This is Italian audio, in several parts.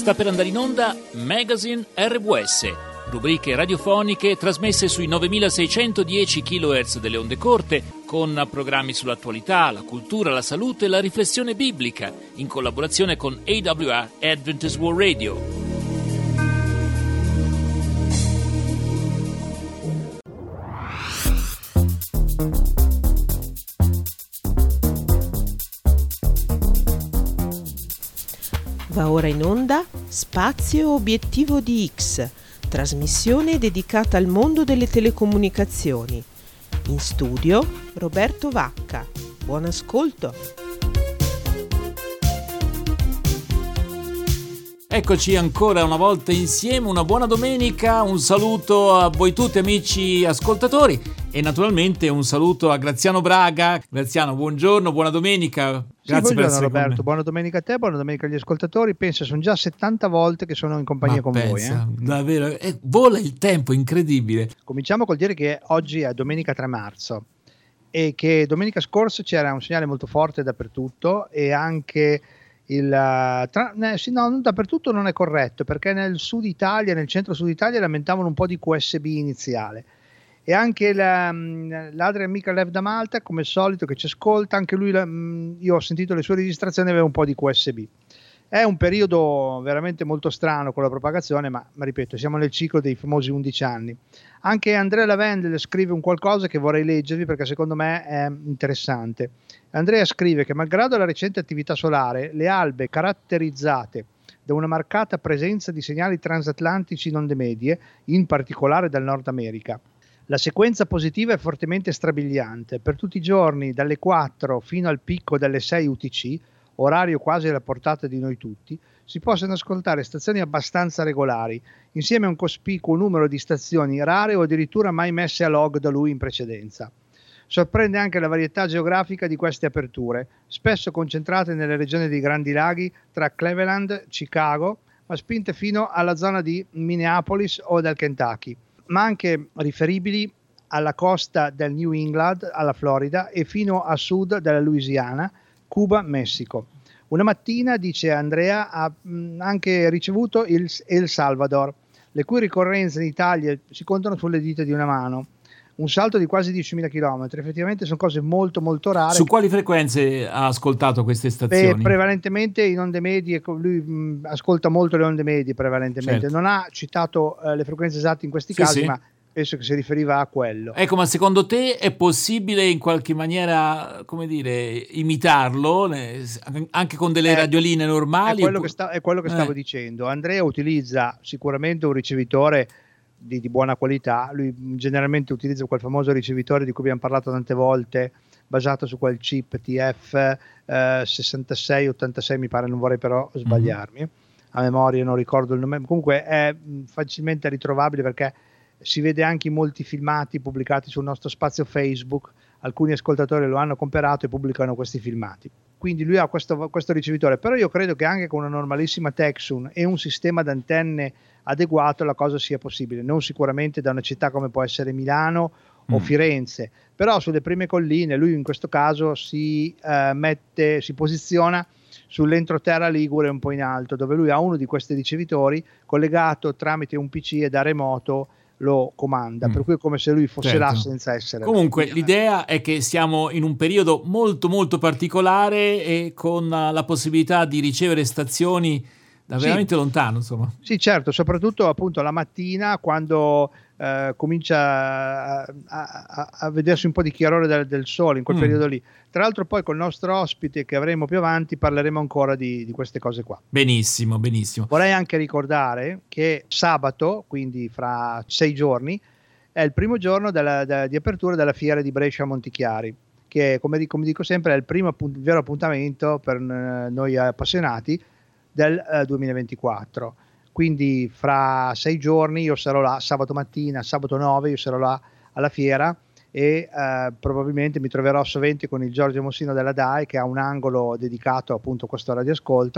Sta per andare in onda Magazine RWS, rubriche radiofoniche trasmesse sui 9610 kHz delle onde corte, con programmi sull'attualità, la cultura, la salute e la riflessione biblica, in collaborazione con AWR Adventist World Radio. Va ora in onda Spazio Obiettivo di X, trasmissione dedicata al mondo delle telecomunicazioni. In studio Roberto Vacca. Buon ascolto. Eccoci ancora una volta insieme, una buona domenica, un saluto a voi tutti amici ascoltatori e naturalmente un saluto a Graziano Braga. Graziano, buongiorno, buona domenica. Grazie per essere Roberto, con me. buona domenica a te, buona domenica agli ascoltatori. Pensa, sono già 70 volte che sono in compagnia con voi. Davvero, vola il tempo, incredibile. Cominciamo col dire che oggi è domenica 3 marzo e che domenica scorsa c'era un segnale molto forte dappertutto e anche non dappertutto non è corretto, perché nel sud Italia, nel centro-sud Italia lamentavano un po' di QSB iniziale. E anche l'Adrian Mikalev da Malta, come al solito, che ci ascolta, anche lui, io ho sentito le sue registrazioni, aveva un po' di QSB. È un periodo veramente molto strano con la propagazione, ma ripeto, siamo nel ciclo dei famosi 11 anni. Anche Andrea Lavendel scrive un qualcosa che vorrei leggervi perché secondo me è interessante. Andrea scrive che malgrado la recente attività solare, le albe caratterizzate da una marcata presenza di segnali transatlantici in onde medie, in particolare dal Nord America. La sequenza positiva è fortemente strabiliante. Per tutti i giorni, dalle 4 fino al picco delle 6 UTC, orario quasi alla portata di noi tutti, si possono ascoltare stazioni abbastanza regolari, insieme a un cospicuo numero di stazioni rare o addirittura mai messe a log da lui in precedenza. Sorprende anche la varietà geografica di queste aperture, spesso concentrate nelle regioni dei Grandi Laghi tra Cleveland, Chicago, ma spinte fino alla zona di Minneapolis o del Kentucky, ma anche riferibili alla costa del New England, alla Florida e fino a sud della Louisiana, Cuba, Messico. Una mattina, dice Andrea, ha anche ricevuto il Salvador, le cui ricorrenze in Italia si contano sulle dita di una mano. Un salto di quasi 10.000 km, effettivamente sono cose molto molto rare. Su quali frequenze ha ascoltato queste stazioni? Prevalentemente in onde medie, lui ascolta molto le onde medie prevalentemente, certo. Non ha citato le frequenze esatte in questi casi, ma penso che si riferiva a quello. Ecco, ma secondo te è possibile in qualche maniera, come dire, imitarlo, anche con delle radioline normali? È quello che stavo dicendo. Andrea utilizza sicuramente un ricevitore di buona qualità, lui generalmente utilizza quel famoso ricevitore di cui abbiamo parlato tante volte, basato su quel chip TF 6686 mi pare, non vorrei però sbagliarmi, a memoria non ricordo il nome, comunque è facilmente ritrovabile perché si vede anche in molti filmati pubblicati sul nostro spazio Facebook, alcuni ascoltatori lo hanno comprato e pubblicano questi filmati. Quindi lui ha questo ricevitore, però io credo che anche con una normalissima Texun e un sistema d'antenne adeguato la cosa sia possibile, non sicuramente da una città come può essere Milano o Firenze, però sulle prime colline lui in questo caso si posiziona sull'entroterra ligure un po' in alto, dove lui ha uno di questi ricevitori collegato tramite un PC e da remoto lo comanda, per cui è come se lui fosse là senza essere. Comunque l'idea è che siamo in un periodo molto molto particolare e con la possibilità di ricevere stazioni da veramente lontano, insomma. Sì, certo, soprattutto appunto la mattina quando comincia a vedersi un po' di chiarore del sole in quel periodo lì. Tra l'altro poi col nostro ospite che avremo più avanti parleremo ancora di queste cose qua. Benissimo, benissimo. Vorrei anche ricordare che sabato, quindi fra 6 giorni, è il primo giorno di apertura della fiera di Brescia Montichiari, che come dico sempre è il primo vero appuntamento per noi appassionati del 2024. Quindi fra 6 giorni io sarò là, sabato mattina, sabato 9 io sarò là alla fiera e probabilmente mi troverò sovente con il Giorgio Mossino della DAE, che ha un angolo dedicato appunto a questo radioascolto,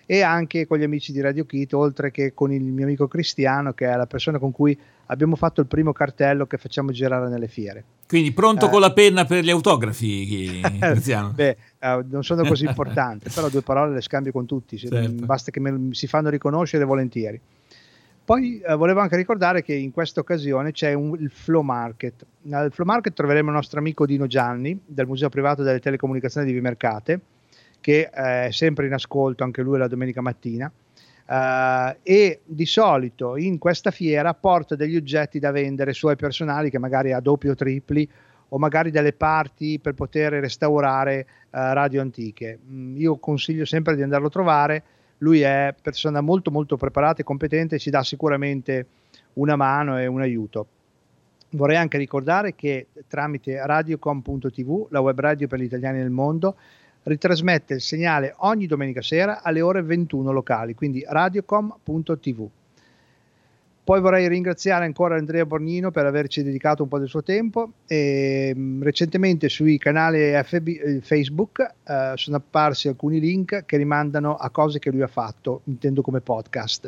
e anche con gli amici di Radio Kit, oltre che con il mio amico Cristiano, che è la persona con cui abbiamo fatto il primo cartello che facciamo girare nelle fiere. Quindi pronto con la penna per gli autografi, Cristiano? Non sono così importanti, però 2 parole le scambio con tutti, certo. Basta che si fanno riconoscere volentieri. Poi volevo anche ricordare che in questa occasione c'è il Flow Market. Al Flow Market troveremo il nostro amico Dino Gianni del Museo Privato delle Telecomunicazioni di Vimercate, che è sempre in ascolto anche lui la domenica mattina, e di solito in questa fiera porta degli oggetti da vendere suoi personali, che magari ha doppi o tripli, o magari delle parti per poter restaurare radio antiche. Io consiglio sempre di andarlo a trovare. Lui è persona molto molto preparata e competente, ci dà sicuramente una mano e un aiuto. Vorrei anche ricordare che tramite radiocom.tv, la web radio per gli italiani nel mondo, ritrasmette il segnale ogni domenica sera alle ore 21 locali, quindi radiocom.tv. Poi vorrei ringraziare ancora Andrea Borgnino per averci dedicato un po' del suo tempo. Recentemente sui canali Facebook sono apparsi alcuni link che rimandano a cose che lui ha fatto, intendo come podcast.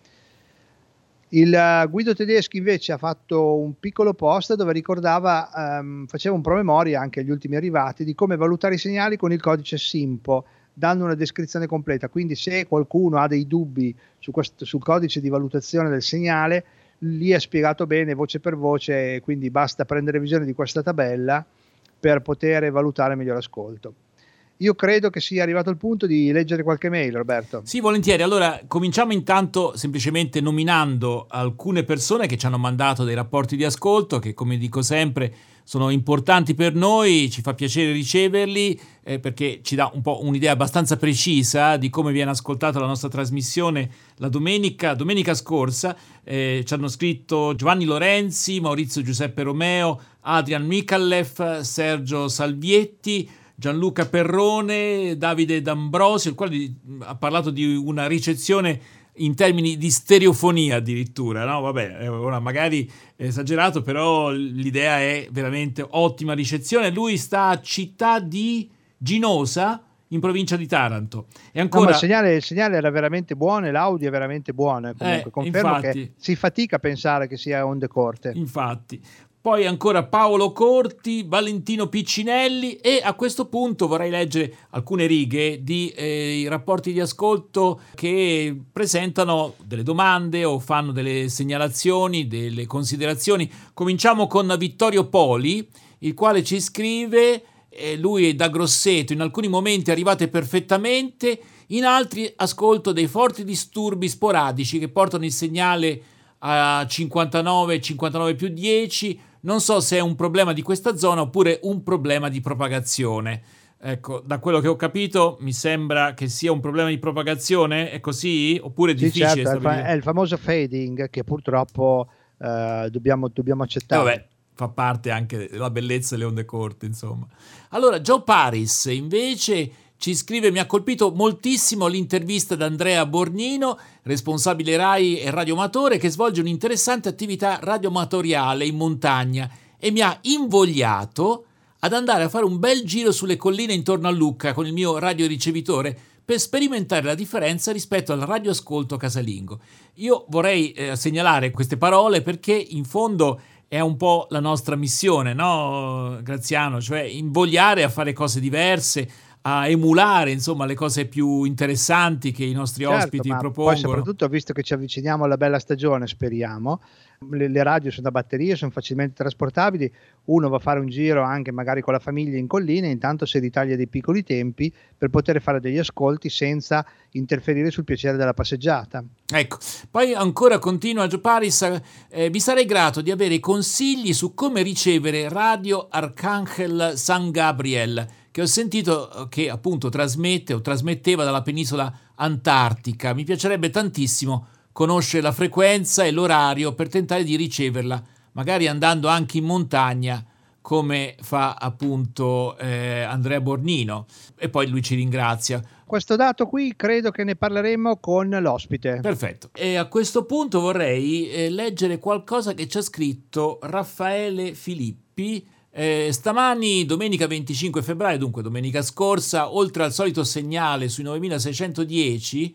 Il Guido Tedeschi invece ha fatto un piccolo post dove ricordava, faceva un promemoria anche agli ultimi arrivati di come valutare i segnali con il codice SIMPO, dando una descrizione completa. Quindi se qualcuno ha dei dubbi sul codice di valutazione del segnale, lì è spiegato bene voce per voce, quindi basta prendere visione di questa tabella per poter valutare meglio l'ascolto. Io credo che sia arrivato il punto di leggere qualche mail, Roberto. Sì, volentieri. Allora, cominciamo intanto semplicemente nominando alcune persone che ci hanno mandato dei rapporti di ascolto, che come dico sempre sono importanti per noi, ci fa piacere riceverli perché ci dà un po' un'idea abbastanza precisa di come viene ascoltata la nostra trasmissione la domenica scorsa. Ci hanno scritto Giovanni Lorenzi, Maurizio Giuseppe Romeo, Adrian Micallef, Sergio Salvietti, Gianluca Perrone, Davide D'Ambrosio, il quale ha parlato di una ricezione in termini di stereofonia addirittura, no? Vabbè, ora magari è esagerato, però l'idea è veramente ottima ricezione. Lui sta a Città di Ginosa, in provincia di Taranto. E ancora... No, ma il segnale era veramente buono e l'audio è veramente buono. Comunque confermo infatti, che si fatica a pensare che sia onde corte. Infatti. Poi ancora Paolo Corti, Valentino Piccinelli, e a questo punto vorrei leggere alcune righe di i rapporti di ascolto che presentano delle domande o fanno delle segnalazioni, delle considerazioni. Cominciamo con Vittorio Poli, il quale ci scrive, lui è da Grosseto: in alcuni momenti arrivate perfettamente, in altri ascolto dei forti disturbi sporadici che portano il segnale a 59 più 10. Non so se è un problema di questa zona oppure un problema di propagazione. Ecco, da quello che ho capito mi sembra che sia un problema di propagazione, è così? Oppure è difficile certo, è il famoso fading che purtroppo dobbiamo accettare. Vabbè, fa parte anche della bellezza delle onde corte, insomma. Allora, Joe Paris invece ci scrive: mi ha colpito moltissimo l'intervista da Andrea Borgnino, responsabile RAI e radioamatore, che svolge un'interessante attività radioamatoriale in montagna, e mi ha invogliato ad andare a fare un bel giro sulle colline intorno a Lucca con il mio radioricevitore per sperimentare la differenza rispetto al radioascolto casalingo. Io vorrei segnalare queste parole perché in fondo è un po' la nostra missione, no, Graziano? Cioè invogliare a fare cose diverse, a emulare insomma le cose più interessanti che i nostri ospiti propongono. Poi soprattutto, visto che ci avviciniamo alla bella stagione, speriamo, le radio sono da batterie, sono facilmente trasportabili, uno va a fare un giro anche magari con la famiglia in collina, intanto si ritaglia dei piccoli tempi per poter fare degli ascolti senza interferire sul piacere della passeggiata. Ecco, poi ancora continua Gio Paris, vi sarei grato di avere consigli su come ricevere Radio Arcangel San Gabriel, che ho sentito che appunto trasmette o trasmetteva dalla penisola antartica. Mi piacerebbe tantissimo conoscere la frequenza e l'orario per tentare di riceverla, magari andando anche in montagna, come fa appunto Andrea Borgnino, e poi lui ci ringrazia. Questo dato qui credo che ne parleremo con l'ospite. Perfetto. E a questo punto vorrei leggere qualcosa che ci ha scritto Raffaele Filippi. Stamani, domenica 25 febbraio, dunque domenica scorsa, oltre al solito segnale sui 9610,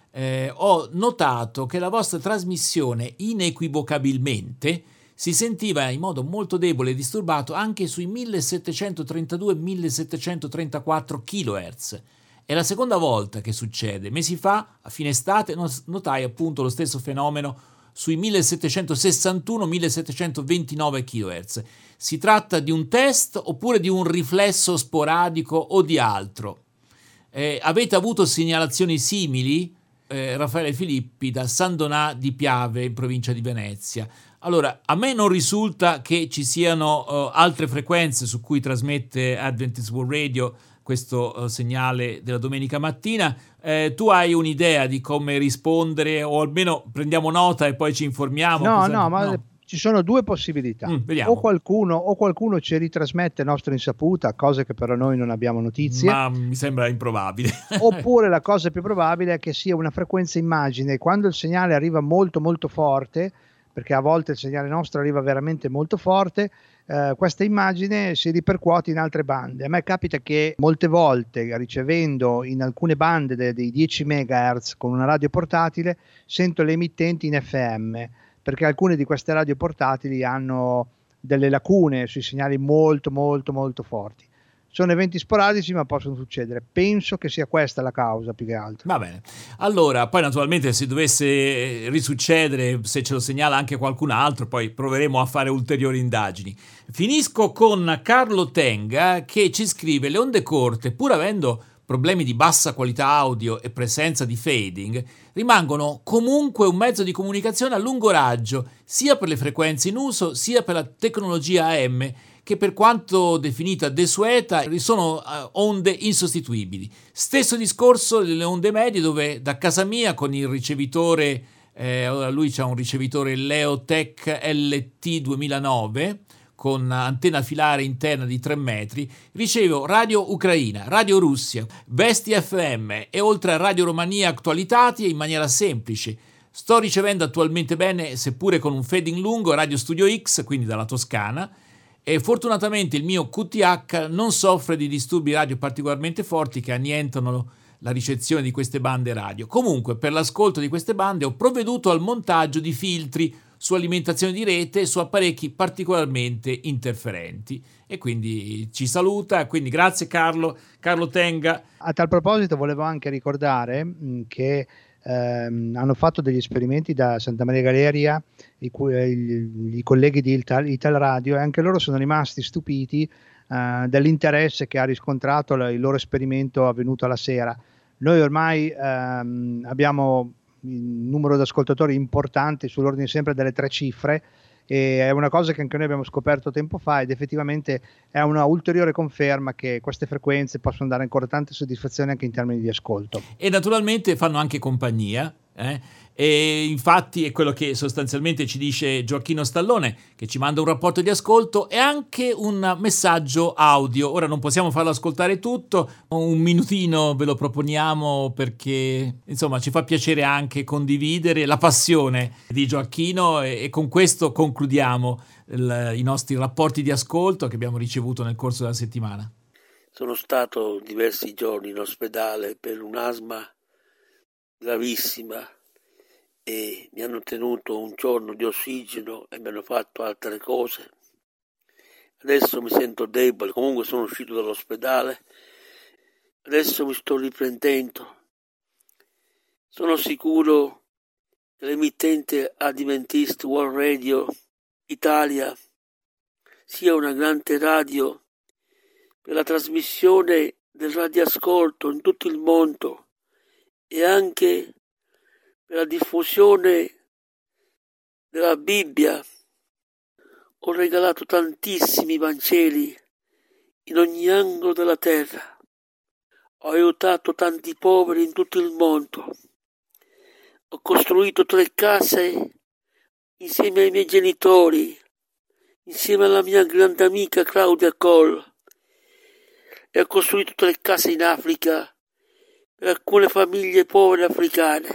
ho notato che la vostra trasmissione inequivocabilmente si sentiva in modo molto debole e disturbato anche sui 1732-1734 kHz. È la seconda volta che succede. Mesi fa, a fine estate, notai appunto lo stesso fenomeno sui 1761-1729 kHz. Si tratta di un test oppure di un riflesso sporadico o di altro? Avete avuto segnalazioni simili? Raffaele Filippi da San Donà di Piave, in provincia di Venezia. Allora, a me non risulta che ci siano altre frequenze su cui trasmette Adventist World Radio questo segnale della domenica mattina. Tu hai un'idea di come rispondere, o almeno prendiamo nota e poi ci informiamo? No. Ci sono due possibilità. O qualcuno ci ritrasmette nostra insaputa, cose che però noi non abbiamo notizie. Ma mi sembra improbabile. Oppure la cosa più probabile è che sia una frequenza immagine. Quando il segnale arriva molto molto forte, perché a volte il segnale nostro arriva veramente molto forte, questa immagine si ripercuote in altre bande. A me capita che molte volte, ricevendo in alcune bande dei 10 MHz con una radio portatile, sento le emittenti in FM, perché alcune di queste radio portatili hanno delle lacune sui segnali molto molto molto forti. Sono eventi sporadici, ma possono succedere. Penso che sia questa la causa più che altro. Va bene. Allora, poi naturalmente se dovesse risuccedere, se ce lo segnala anche qualcun altro, poi proveremo a fare ulteriori indagini. Finisco con Carlo Tenga che ci scrive: le onde corte, pur avendo problemi di bassa qualità audio e presenza di fading, rimangono comunque un mezzo di comunicazione a lungo raggio, sia per le frequenze in uso, sia per la tecnologia AM, che per quanto definita desueta sono onde insostituibili. Stesso discorso delle onde medie, dove da casa mia con il ricevitore, lui c'ha un ricevitore Leotech LT 2009 con antenna filare interna di 3 metri, ricevo Radio Ucraina, Radio Russia, Vesti FM e oltre a Radio Romania Actualitati in maniera semplice. Sto ricevendo attualmente bene, seppure con un fading lungo, Radio Studio X, quindi dalla Toscana, e fortunatamente il mio QTH non soffre di disturbi radio particolarmente forti che annientano la ricezione di queste bande radio. Comunque, per l'ascolto di queste bande ho provveduto al montaggio di filtri su alimentazione di rete e su apparecchi particolarmente interferenti. E quindi ci saluta, quindi grazie Carlo Tenga. A tal proposito volevo anche ricordare che hanno fatto degli esperimenti da Santa Maria Galeria i colleghi di Ital Radio, e anche loro sono rimasti stupiti dell'interesse che ha riscontrato il loro esperimento avvenuto alla sera. Noi ormai abbiamo un numero di ascoltatori importante, sull'ordine sempre delle 3 cifre, e è una cosa che anche noi abbiamo scoperto tempo fa, ed effettivamente è una ulteriore conferma che queste frequenze possono dare ancora tante soddisfazioni anche in termini di ascolto. E naturalmente fanno anche compagnia, e infatti è quello che sostanzialmente ci dice Gioacchino Stallone, che ci manda un rapporto di ascolto e anche un messaggio audio. Ora non possiamo farlo ascoltare tutto, un minutino ve lo proponiamo perché insomma ci fa piacere anche condividere la passione di Gioacchino, e con questo concludiamo i nostri rapporti di ascolto che abbiamo ricevuto nel corso della settimana. Sono stato diversi giorni in ospedale per un'asma gravissima e mi hanno tenuto un giorno di ossigeno e mi hanno fatto altre cose. Adesso mi sento debole, comunque sono uscito dall'ospedale, adesso mi sto riprendendo. Sono sicuro che l'emittente Adventist World Radio Italia sia una grande radio per la trasmissione del radioascolto in tutto il mondo e anche per la diffusione della Bibbia. Ho regalato tantissimi Vangeli in ogni angolo della terra. Ho aiutato tanti poveri in tutto il mondo. Ho costruito 3 case insieme ai miei genitori, insieme alla mia grande amica Claudia Coll, e ho costruito 3 case in Africa per alcune famiglie povere africane.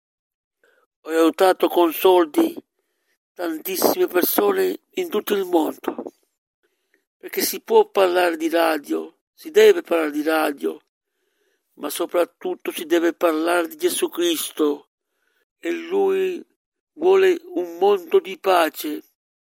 Ho aiutato con soldi tantissime persone in tutto il mondo, perché si può parlare di radio, si deve parlare di radio, ma soprattutto si deve parlare di Gesù Cristo e Lui vuole un mondo di pace.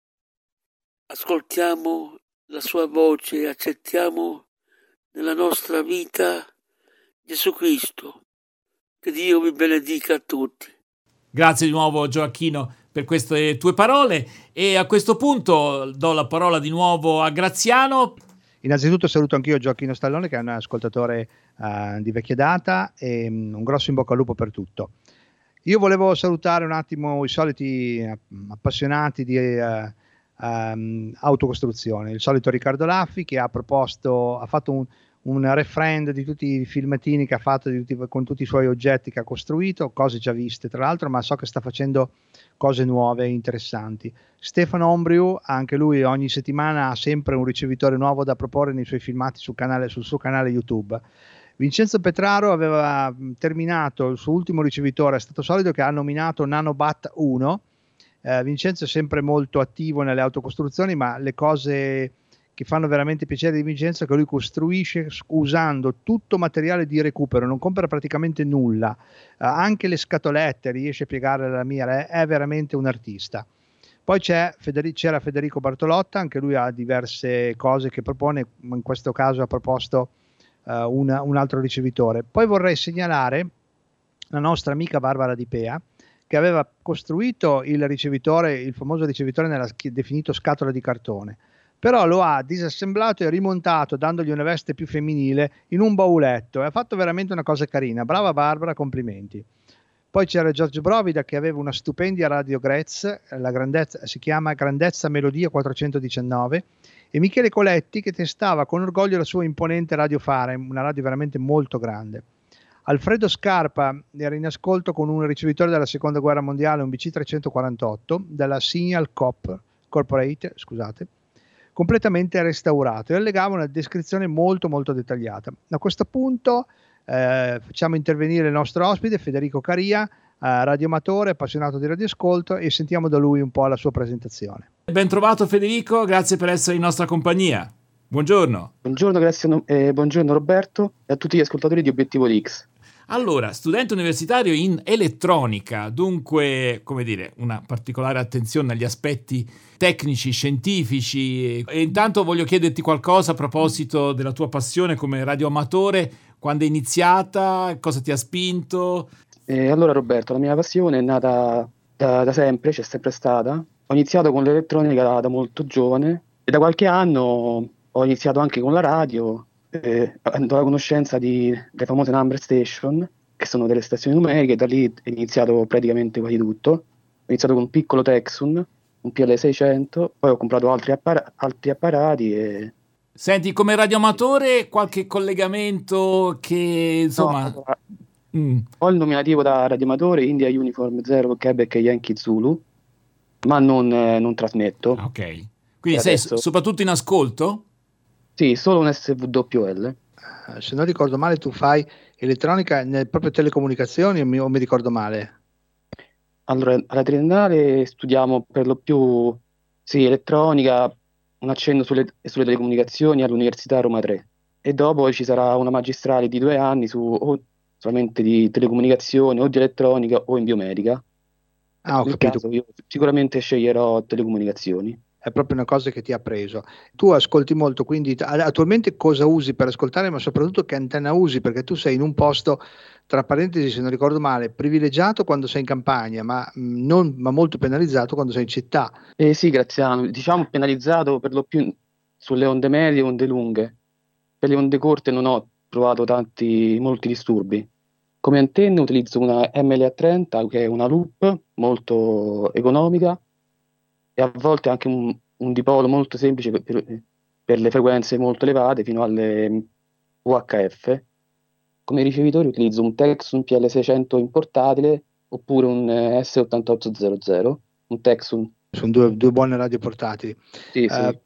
Ascoltiamo la sua voce e accettiamo nella nostra vita Gesù Cristo. Che Dio vi benedica a tutti. Grazie di nuovo Gioacchino per queste tue parole e a questo punto do la parola di nuovo a Graziano. Innanzitutto saluto anch'io Gioacchino Stallone, che è un ascoltatore di vecchia data, e un grosso in bocca al lupo per tutto. Io volevo salutare un attimo i soliti appassionati di autocostruzione, il solito Riccardo Laffi, che ha fatto un referend di tutti i filmatini che ha fatto con tutti i suoi oggetti che ha costruito, cose già viste tra l'altro, ma so che sta facendo cose nuove e interessanti. Stefano Ombriu, anche lui ogni settimana ha sempre un ricevitore nuovo da proporre nei suoi filmati sul suo canale YouTube. Vincenzo Petraro aveva terminato il suo ultimo ricevitore, è stato solido, che ha nominato Nanobat 1. Vincenzo è sempre molto attivo nelle autocostruzioni, ma le cose che fanno veramente piacere di Vincenzo è che lui costruisce usando tutto materiale di recupero, non compra praticamente nulla, anche le scatolette riesce a piegare la mia, è veramente un artista. Poi c'era Federico Bartolotta, anche lui ha diverse cose che propone, in questo caso ha proposto un altro ricevitore. Poi vorrei segnalare la nostra amica Barbara Di Pea, che aveva costruito il famoso ricevitore definito scatola di cartone, però lo ha disassemblato e rimontato dandogli una veste più femminile in un bauletto, e ha fatto veramente una cosa carina. Brava Barbara, complimenti. Poi c'era Giorgio Brovida, che aveva una stupendia radio Grez, si chiama Grandezza Melodia 419, e Michele Coletti, che testava con orgoglio la sua imponente Radio Fare, una radio veramente molto grande. Alfredo Scarpa era in ascolto con un ricevitore della seconda guerra mondiale, un BC348 della Signal Corporate, completamente restaurato, e allegava una descrizione molto molto dettagliata. A questo punto facciamo intervenire il nostro ospite Federico Caria, radioamatore, appassionato di radioascolto, e sentiamo da lui un po' la sua presentazione. Ben trovato Federico, grazie per essere in nostra compagnia. Buongiorno. Buongiorno, grazie, buongiorno Roberto e a tutti gli ascoltatori di Obiettivo X. Allora, studente universitario in elettronica, dunque, come dire, una particolare attenzione agli aspetti tecnici, scientifici. E intanto voglio chiederti qualcosa a proposito della tua passione come radioamatore. Quando è iniziata? Cosa ti ha spinto? Allora Roberto, la mia passione è nata da sempre, c'è sempre stata. Ho iniziato con l'elettronica da molto giovane e da qualche anno ho iniziato anche con la radio, andò alla conoscenza delle famose number station, che sono delle stazioni numeriche, e da lì è iniziato praticamente quasi tutto. Ho iniziato con un piccolo Texun, un PL600, poi ho comprato altri apparati e... Senti, come radioamatore qualche collegamento che insomma... No, ho il nominativo da radioamatore India Uniform 0 Quebec Yankee Zulu, ma non trasmetto. Ok, quindi sei soprattutto in ascolto? Sì, solo un SWL. Se non ricordo male tu fai elettronica proprio telecomunicazioni, o mi ricordo male? Allora, alla triennale studiamo per lo più elettronica, un accenno sulle telecomunicazioni all'Università Roma 3, e dopo ci sarà una magistrale di 2 anni o solamente di telecomunicazioni o di elettronica o in biomedica. Ho Nel capito. caso io sicuramente sceglierò telecomunicazioni. È proprio una cosa che ti ha preso. Tu ascolti molto, quindi attualmente cosa usi per ascoltare, ma soprattutto che antenna usi, perché tu sei in un posto, tra parentesi se non ricordo male, privilegiato quando sei in campagna, ma molto penalizzato quando sei in città. Sì, Graziano, diciamo penalizzato per lo più sulle onde medie e onde lunghe. Per le onde corte non ho trovato molti disturbi. Come antenna utilizzo una MLA30, che è una loop molto economica, e a volte anche un dipolo molto semplice per le frequenze molto elevate fino alle UHF. Come ricevitore utilizzo un Texun PL600 in portatile oppure un S8800, un Texun. Sono due buone radio portatili. Sì.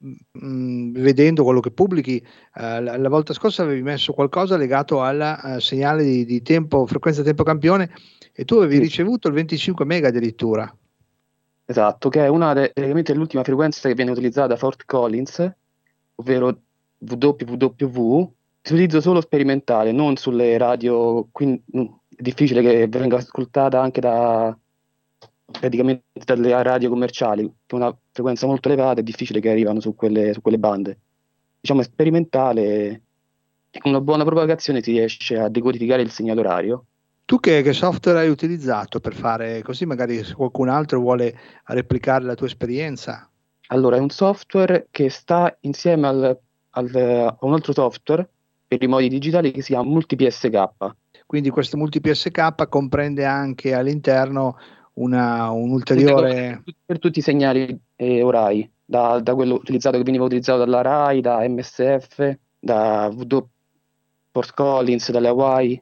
Vedendo quello che pubblichi, la volta scorsa avevi messo qualcosa legato al segnale di tempo, frequenza tempo campione, e tu avevi ricevuto il 25 mega addirittura. Esatto, che è praticamente l'ultima frequenza che viene utilizzata da Fort Collins, ovvero WWW, utilizzo solo sperimentale, non sulle radio, quindi è difficile che venga ascoltata anche praticamente dalle radio commerciali, che è una frequenza molto elevata, è difficile che arrivano su quelle bande. Diciamo è sperimentale e con una buona propagazione si riesce a decodificare il segnale orario. Tu che software hai utilizzato per fare così, magari se qualcun altro vuole replicare la tua esperienza? Allora, è un software che sta insieme a un altro software per i modi digitali che si chiama MultiPSK. Quindi questo MultiPSK comprende anche all'interno un Un ulteriore... decodere per tutti i segnali orari, da quello utilizzato che veniva utilizzato dalla RAI, da MSF, da VW Port Collins, dalle Hawaii,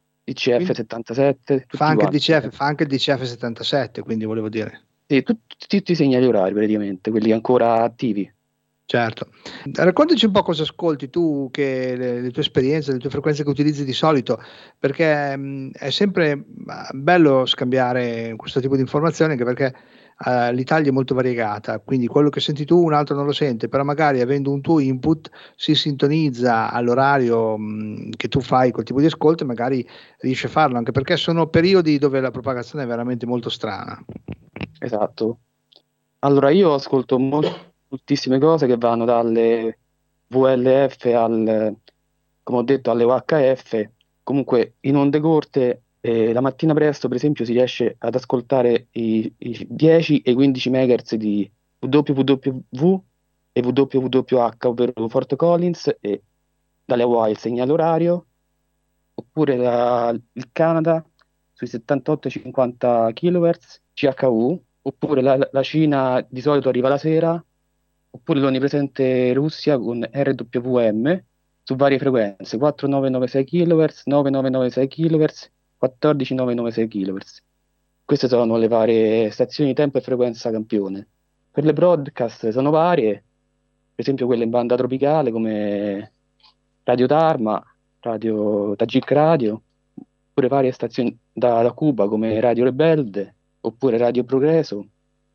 DCF77, tutti quanti. Fa anche il DCF77, quindi volevo dire. Sì, tutti i segnali orari praticamente, quelli ancora attivi. Certo. Raccontaci un po' cosa ascolti tu, che le tue esperienze, le tue frequenze che utilizzi di solito, perché è sempre bello scambiare questo tipo di informazioni, anche perché l'Italia è molto variegata, quindi quello che senti tu un altro non lo sente, però magari avendo un tuo input si sintonizza all'orario che tu fai quel tipo di ascolto e magari riesci a farlo, anche perché sono periodi dove la propagazione è veramente molto strana. Esatto. Allora io ascolto moltissime cose che vanno dalle VLF come ho detto, alle UHF. Comunque in onde corte la mattina presto, per esempio, si riesce ad ascoltare i 10 e i 15 MHz di WWV e WWH, ovvero Fort Collins, e dalle Hawaii il segnale orario, oppure il Canada sui 78-50 kHz CHU, oppure la Cina di solito arriva la sera, oppure l'onnipresente Russia con RWM su varie frequenze, 4996 kHz, 9996 kHz, 14996 kHz. Queste sono le varie stazioni di tempo e frequenza campione. Per le broadcast sono varie, per esempio quelle in banda tropicale come Radio Dharma, Radio Tajik Radio, oppure varie stazioni da Cuba come Radio Rebelde, oppure Radio Progreso,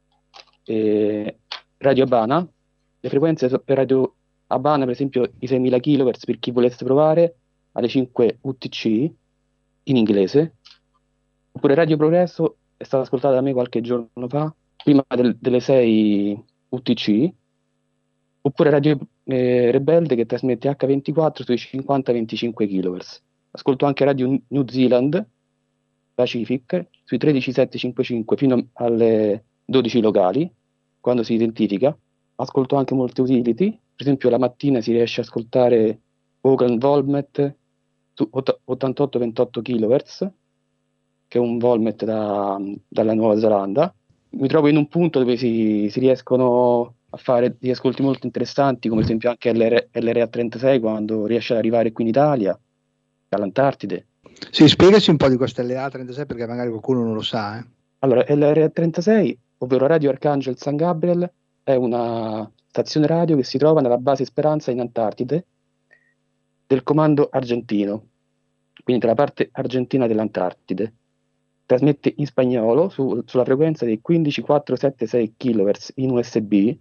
e Radio Habana. Le frequenze per Radio Habana, per esempio, i 6000 kHz per chi volesse provare, alle 5 UTC in inglese, oppure Radio Progresso è stata ascoltata da me qualche giorno fa, prima delle 6 UTC, oppure Radio Rebelde che trasmette H24 sui 50-25 kHz. Ascolto anche Radio New Zealand Pacific sui 13755 fino alle 12 locali, quando si identifica. Ascolto anche molte utility, per esempio la mattina si riesce a ascoltare Auckland Volmet su 88-28 kHz, che è un Volmet dalla Nuova Zelanda. Mi trovo in un punto dove si riescono a fare degli ascolti molto interessanti, come ad esempio anche LRA36 quando riesce ad arrivare qui in Italia, dall'Antartide. Sì, spiegaci un po' di questa LRA36 perché magari qualcuno non lo sa. Allora, LRA36, ovvero Radio Arcangel San Gabriel, è una stazione radio che si trova nella base Speranza in Antartide del comando argentino, quindi dalla parte argentina dell'Antartide. Trasmette in spagnolo sulla frequenza dei 15476 kHz in USB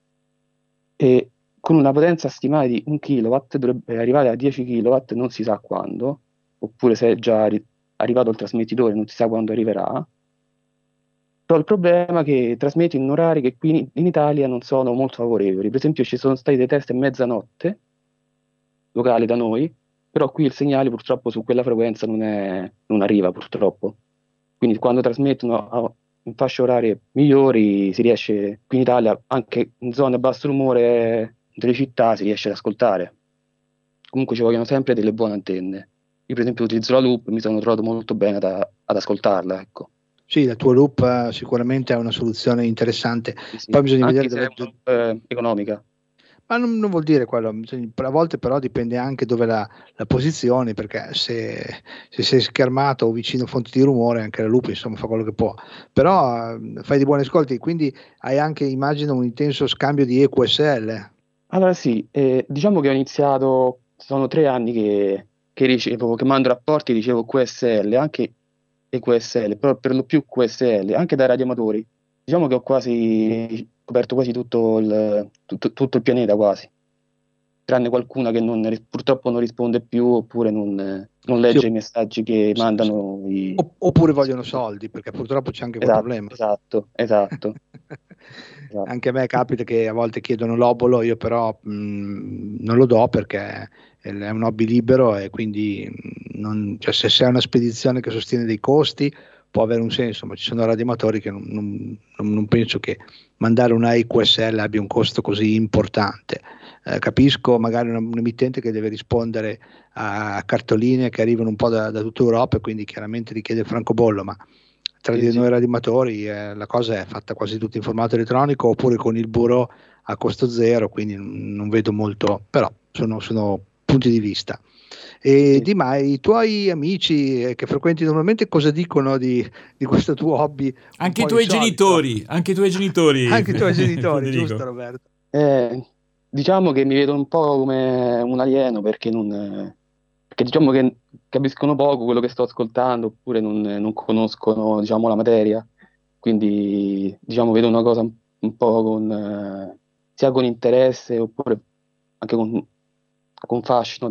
e con una potenza stimata di 1 kW dovrebbe arrivare a 10 kW, non si sa quando, oppure se è già arrivato il trasmettitore non si sa quando arriverà. Però il problema è che trasmette in orari che qui in Italia non sono molto favorevoli. Per esempio ci sono stati dei test a mezzanotte, locali da noi, però qui il segnale purtroppo su quella frequenza non arriva purtroppo. Quindi quando trasmettono in fasce orarie migliori si riesce, qui in Italia, anche in zone a basso rumore delle città, si riesce ad ascoltare. Comunque ci vogliono sempre delle buone antenne. Io per esempio utilizzo la loop, mi sono trovato molto bene ad ascoltarla, ecco. Sì, la tua loop sicuramente è una soluzione interessante. Sì. Poi bisogna anche vedere se è loop, economica. Ma non vuol dire quello, a volte però dipende anche dove la posizioni, perché se sei schermato o vicino a fonti di rumore, anche la loop insomma fa quello che può. Però fai di buoni ascolti, quindi hai anche, immagino, un intenso scambio di EQSL. Allora sì, diciamo che ho iniziato, sono 3 anni che mando rapporti, ricevo QSL, anche EQSL, però per lo più QSL, anche dai radioamatori. Diciamo che ho quasi coperto quasi tutto il pianeta quasi. tranne qualcuna che purtroppo non risponde più, oppure non legge i messaggi che mandano. Oppure vogliono soldi, perché purtroppo c'è anche quel problema. Esatto. Anche a me capita che a volte chiedono l'obolo, io però non lo do perché è un hobby libero, e quindi se c'è una spedizione che sostiene dei costi può avere un senso, ma ci sono radioamatori che non penso che mandare una EQSL abbia un costo così importante. Capisco magari un emittente che deve rispondere a cartoline che arrivano un po' da tutta Europa, e quindi chiaramente richiede il francobollo, ma tra di noi radioamatori la cosa è fatta quasi tutta in formato elettronico, oppure con il bureau a costo zero, quindi non vedo molto, però sono punti di vista. E Dima, i tuoi amici che frequenti normalmente cosa dicono di questo tuo hobby? Anche i tuoi genitori. Anche i tuoi genitori, giusto Roberto? Diciamo che mi vedono un po' come un alieno, perché diciamo che capiscono poco quello che sto ascoltando, oppure non conoscono, diciamo, la materia, quindi diciamo vedo una cosa un po' sia con interesse, oppure anche con fascino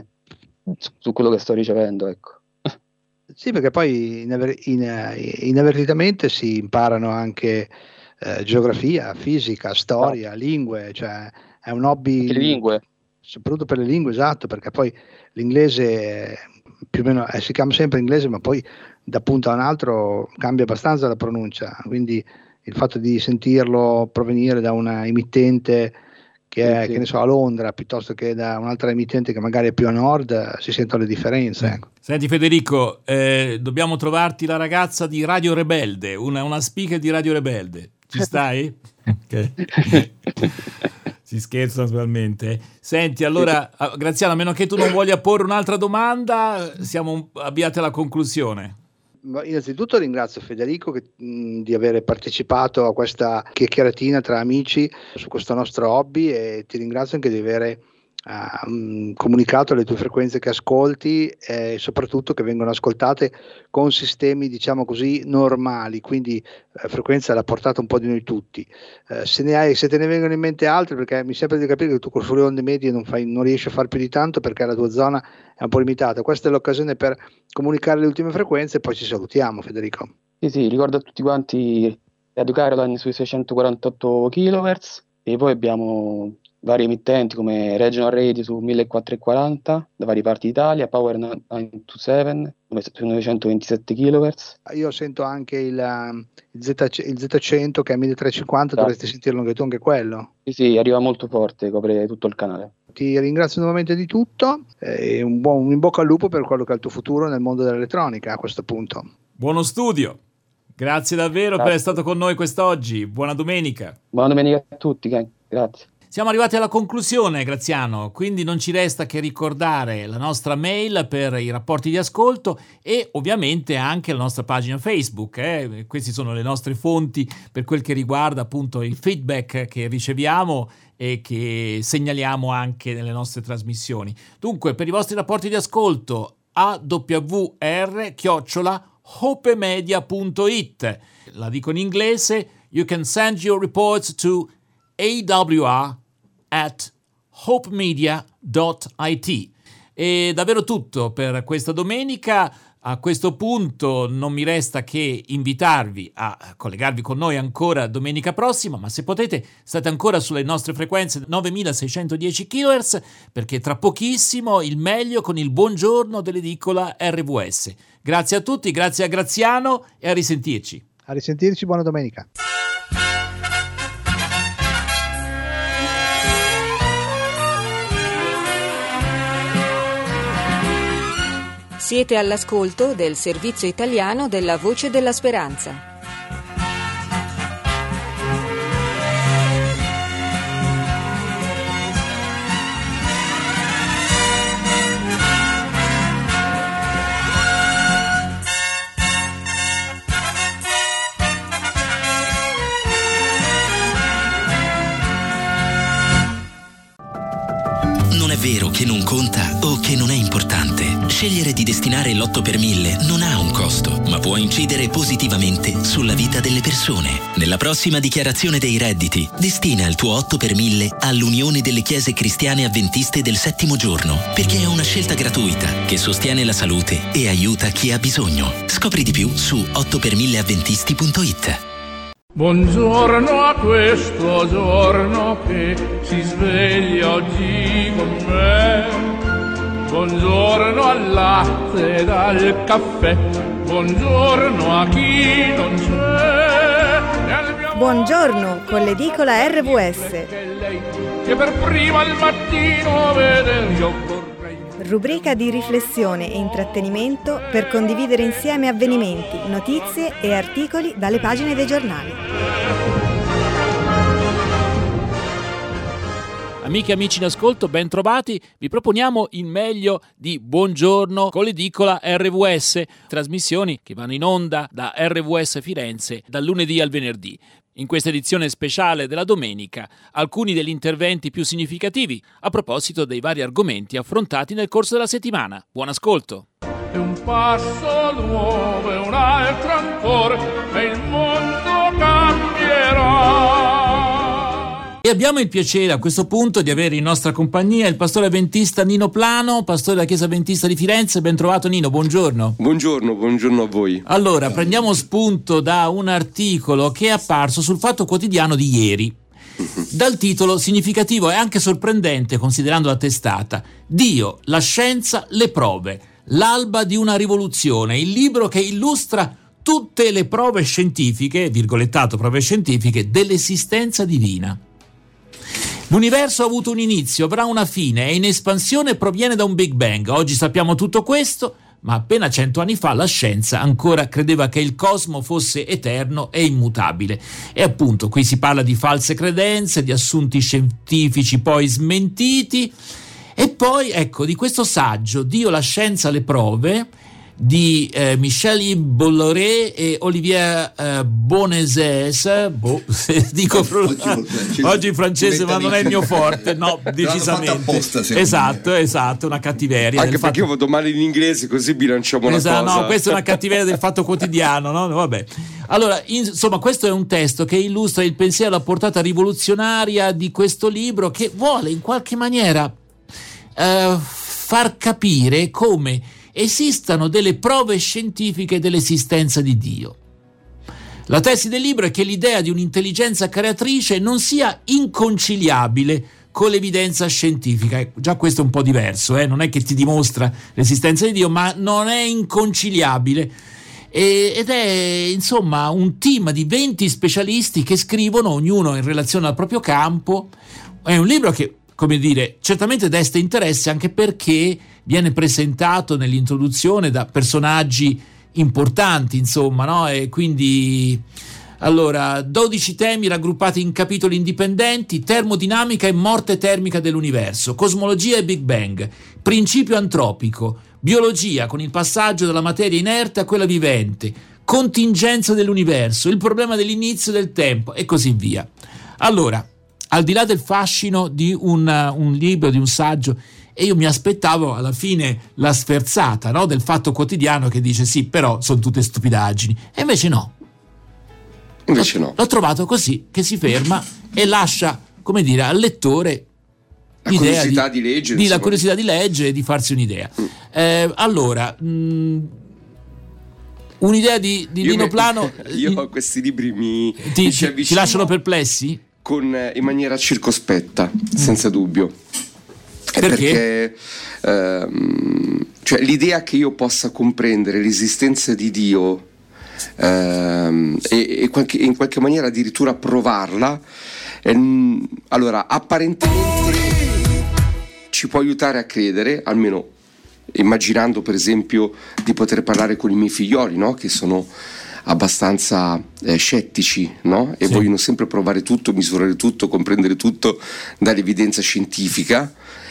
su quello che sto ricevendo, ecco. Sì, perché poi inavvertitamente si imparano anche geografia, fisica, storia, lingue, cioè è un hobby. Anche le lingue. Soprattutto per le lingue, esatto, perché poi l'inglese più o meno si chiama sempre inglese, ma poi da punto a un altro cambia abbastanza la pronuncia, quindi il fatto di sentirlo provenire da una emittente che è, che ne so, a Londra, piuttosto che da un'altra emittente che magari è più a nord, si sentono le differenze. Ecco. Senti Federico, dobbiamo trovarti la ragazza di Radio Rebelde, una speaker di Radio Rebelde. Ci stai? Ok. Si scherza naturalmente. Senti, allora, Graziano, a meno che tu non voglia porre un'altra domanda, siamo avviati alla conclusione. Innanzitutto ringrazio Federico di aver partecipato a questa chiacchieratina tra amici su questo nostro hobby, e ti ringrazio anche di aver comunicato le tue frequenze che ascolti, e soprattutto che vengono ascoltate con sistemi, diciamo così, normali, quindi frequenza alla portata un po' di noi tutti. Se te ne vengono in mente altre, perché mi sembra di capire che tu sulle onde medie non riesci a far più di tanto perché la tua zona è un po' limitata. Questa è l'occasione per comunicare le ultime frequenze, e poi ci salutiamo, Federico. Sì, ricordo a tutti quanti Radio Caroline sui 648 kHz, e poi abbiamo vari emittenti come Regional Radio su 1440 da varie parti d'Italia, Power 927 su 927 kHz. Io sento anche il Z100 che è 1350, dovresti sentirlo anche tu, anche quello. Sì, arriva molto forte, copre tutto il canale. Ti ringrazio nuovamente di tutto, e un in bocca al lupo per quello che è il tuo futuro nel mondo dell'elettronica a questo punto. Buono studio, grazie davvero per essere stato con noi quest'oggi, buona domenica. Buona domenica a tutti, grazie. Siamo arrivati alla conclusione, Graziano, quindi non ci resta che ricordare la nostra mail per i rapporti di ascolto, e ovviamente anche la nostra pagina Facebook. Queste sono le nostre fonti per quel che riguarda appunto il feedback che riceviamo e che segnaliamo anche nelle nostre trasmissioni. Dunque, per i vostri rapporti di ascolto, awr@hopemedia.it. La dico in inglese: you can send your reports to awr@hopemedia.it. E davvero tutto per questa domenica. A questo punto non mi resta che invitarvi a collegarvi con noi ancora domenica prossima, ma se potete state ancora sulle nostre frequenze 9610 kHz, perché tra pochissimo il meglio con il buongiorno dell'edicola RVS. Grazie a tutti, grazie a Graziano, e a risentirci. A risentirci, buona domenica. Siete all'ascolto del servizio italiano della Voce della Speranza. Non è vero che non conta o che non è importante. Scegliere di destinare l'8 per 1000 non ha un costo, ma può incidere positivamente sulla vita delle persone. Nella prossima dichiarazione dei redditi, destina il tuo 8 per 1000 all'Unione delle Chiese Cristiane Adventiste del Settimo Giorno, perché è una scelta gratuita che sostiene la salute e aiuta chi ha bisogno. Scopri di più su 8per1000adventisti.it. Buongiorno a questo giorno che si sveglia oggi con me. Buongiorno al latte ed al caffè, buongiorno a chi non c'è. Buongiorno con l'edicola RWS. Che per prima al mattino veder io vorrei. Rubrica di riflessione e intrattenimento per condividere insieme avvenimenti, notizie e articoli dalle pagine dei giornali. Amiche e amici in ascolto, ben trovati. Vi proponiamo il meglio di Buongiorno con l'edicola RWS, trasmissioni che vanno in onda da RWS Firenze dal lunedì al venerdì. In questa edizione speciale della domenica, alcuni degli interventi più significativi a proposito dei vari argomenti affrontati nel corso della settimana. Buon ascolto. È un passo nuovo e un altro ancora e il mondo cambierà. E abbiamo il piacere a questo punto di avere in nostra compagnia il pastore avventista Nino Plano, pastore della Chiesa Adventista di Firenze. Ben trovato Nino, buongiorno. Buongiorno a voi. Allora, prendiamo spunto da un articolo che è apparso sul Fatto Quotidiano di ieri. Dal titolo significativo e anche sorprendente considerando la testata: Dio, la scienza, le prove, l'alba di una rivoluzione, il libro che illustra tutte le prove scientifiche, virgolettato prove scientifiche, dell'esistenza divina. L'universo ha avuto un inizio, avrà una fine, è in espansione e proviene da un Big Bang. Oggi sappiamo tutto questo, ma appena 100 anni fa la scienza ancora credeva che il cosmo fosse eterno e immutabile. E appunto qui si parla di false credenze, di assunti scientifici poi smentiti. E poi ecco, di questo saggio Dio, la scienza, le prove di Michel Bolloré e Olivier Boneses. Dico oggi in francese, ma non è il mio forte, no, decisamente. Apposta, esatto, una cattiveria. Anche perché io vado male in inglese, così bilanciamo una cosa. No, questa è una cattiveria del Fatto Quotidiano, no? Vabbè. Allora, insomma, questo è un testo che illustra il pensiero, la portata rivoluzionaria di questo libro, che vuole in qualche maniera far capire come esistano delle prove scientifiche dell'esistenza di Dio. La tesi del libro è che l'idea di un'intelligenza creatrice non sia inconciliabile con l'evidenza scientifica. Già questo è un po' diverso, non è che ti dimostra l'esistenza di Dio, ma non è inconciliabile. Ed è insomma un team di 20 specialisti che scrivono, ognuno in relazione al proprio campo. È un libro che, come dire, certamente desta interesse anche perché viene presentato nell'introduzione da personaggi importanti, insomma, no? E quindi, allora, 12 temi raggruppati in capitoli indipendenti: termodinamica e morte termica dell'universo, cosmologia e Big Bang, principio antropico, biologia con il passaggio dalla materia inerte a quella vivente, contingenza dell'universo, il problema dell'inizio del tempo e così via. Allora, al di là del fascino di un libro, di un saggio, e io mi aspettavo alla fine la sferzata, no, del Fatto Quotidiano che dice sì, però sono tutte stupidaggini, e invece no. L'ho trovato così, che si ferma e lascia, come dire, al lettore la curiosità di leggere, la curiosità di leggere e di farsi un'idea. Allora, un'idea di Nino Plano. Io questi libri ti lasciano perplessi? In maniera circospetta, senza dubbio. Perché? Cioè l'idea che io possa comprendere l'esistenza di Dio e in qualche maniera addirittura provarla, allora apparentemente ci può aiutare a credere, almeno immaginando per esempio di poter parlare con i miei figlioli, no? Che sono abbastanza scettici, no? E vogliono sempre provare tutto, misurare tutto, comprendere tutto dall'evidenza scientifica.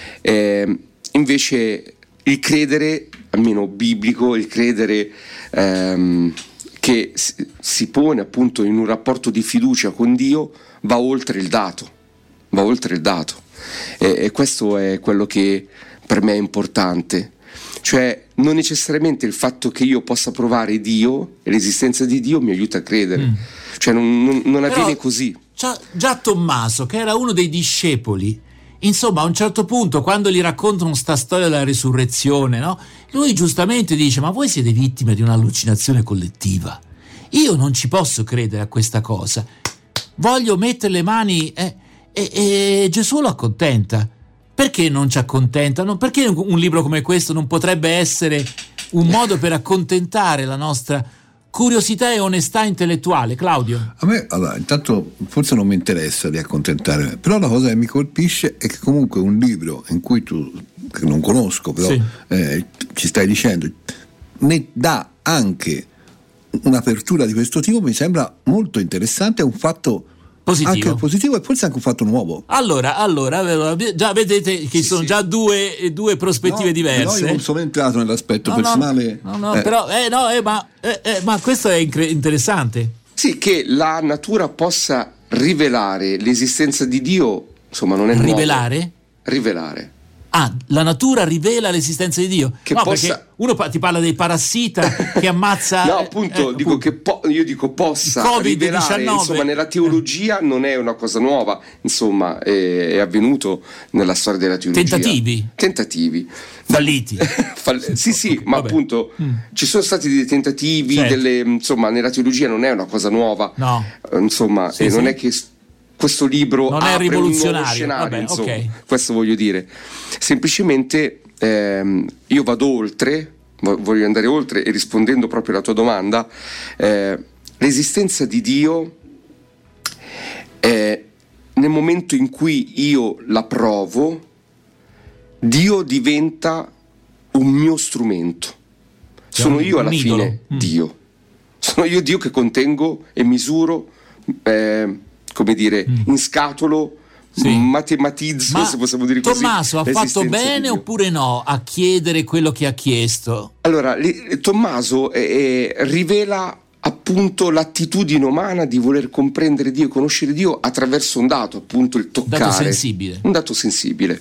Invece il credere, almeno biblico, il credere che si pone appunto in un rapporto di fiducia con Dio va oltre il dato, e questo è quello che per me è importante. Cioè non necessariamente il fatto che io possa provare Dio e l'esistenza di Dio mi aiuta a credere. Cioè non avviene così. Già Tommaso, che era uno dei discepoli, insomma, a un certo punto, quando gli raccontano sta storia della risurrezione, no? Lui giustamente dice: ma voi siete vittime di un'allucinazione collettiva. Io non ci posso credere a questa cosa. Voglio mettere le mani e Gesù lo accontenta. Perché non ci accontenta? Perché un libro come questo non potrebbe essere un modo per accontentare la nostra curiosità e onestà intellettuale? Claudio? A me, allora, intanto forse non mi interessa di accontentare me, però la cosa che mi colpisce è che comunque un libro in cui tu, che non conosco, però ci stai dicendo, ne dà anche un'apertura di questo tipo, mi sembra molto interessante, è un fatto anche positivo e forse anche un fatto nuovo. Allora già vedete che sono già due prospettive diverse. Io non sono entrato nell'aspetto personale. Ma questo è interessante. Sì, che la natura possa rivelare l'esistenza di Dio, insomma, non è rivelare? Rivelare. La natura rivela l'esistenza di Dio. Perché uno ti parla dei parassita che ammazza. No, appunto, dico che io dico possa COVID-19. rivelare, insomma, nella teologia non è una cosa nuova, insomma, è avvenuto nella storia della teologia. Tentativi. Falliti. Sì, ma appunto ci sono stati dei tentativi, insomma, nella teologia non è una cosa nuova. No. Insomma, non è che questo libro non è rivoluzionario, questo voglio dire. Semplicemente io vado oltre, voglio andare oltre, e rispondendo proprio alla tua domanda, l'esistenza di Dio nel momento in cui io la provo, Dio diventa un mio strumento. Sono io alla fine Dio. Sono io Dio che contengo e misuro, come dire, in scatolo, matematizzo, se possiamo dire così. Tommaso ha fatto bene oppure no a chiedere quello che ha chiesto? Allora, Tommaso rivela appunto l'attitudine umana di voler comprendere Dio, conoscere Dio attraverso un dato, appunto il toccare. Un dato sensibile.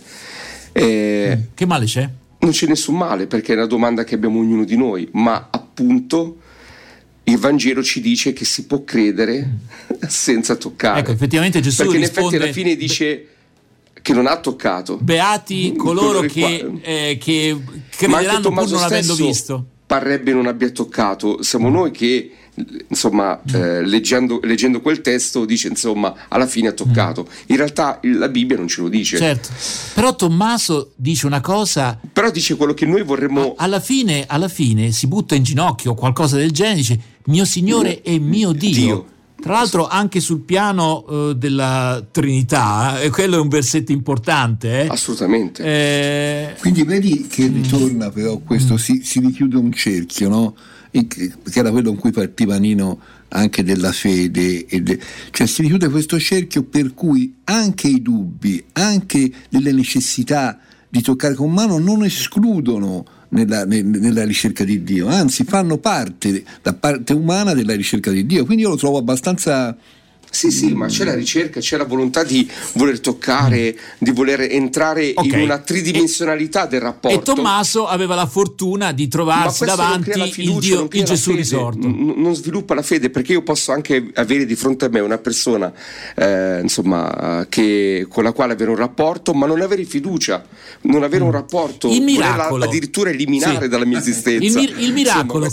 Che male c'è? Non c'è nessun male, perché è una domanda che abbiamo ognuno di noi, ma appunto il Vangelo ci dice che si può credere senza toccare. Ecco, effettivamente Gesù perché risponde, in effetti alla fine dice che non ha toccato. Beati coloro che crederanno pur non avendo visto. Parrebbe non abbia toccato. Siamo noi che, insomma, leggendo quel testo dice, insomma, alla fine ha toccato. In realtà la Bibbia non ce lo dice. Certo. Però Tommaso dice una cosa. Però dice quello che noi vorremmo. Alla fine si butta in ginocchio o qualcosa del genere, dice: mio Signore e mio Dio. Tra l'altro anche sul piano della Trinità, quello è un versetto importante. Assolutamente. Quindi vedi che ritorna però questo, si richiude un cerchio, no? Che era quello in cui partiva Nino anche della fede, cioè si richiude questo cerchio per cui anche i dubbi, anche delle necessità di toccare con mano non escludono nella ricerca di Dio, anzi fanno parte, da parte umana, della ricerca di Dio. Quindi io lo trovo abbastanza. Sì, ma c'è la ricerca, c'è la volontà di voler toccare, di voler entrare in una tridimensionalità del rapporto. E Tommaso aveva la fortuna di trovarsi davanti il Gesù risorto. Non sviluppa la fede, perché io posso anche avere di fronte a me una persona insomma, con la quale avere un rapporto, ma non avere fiducia, non avere un rapporto, volerla addirittura eliminare dalla mia esistenza. Il miracolo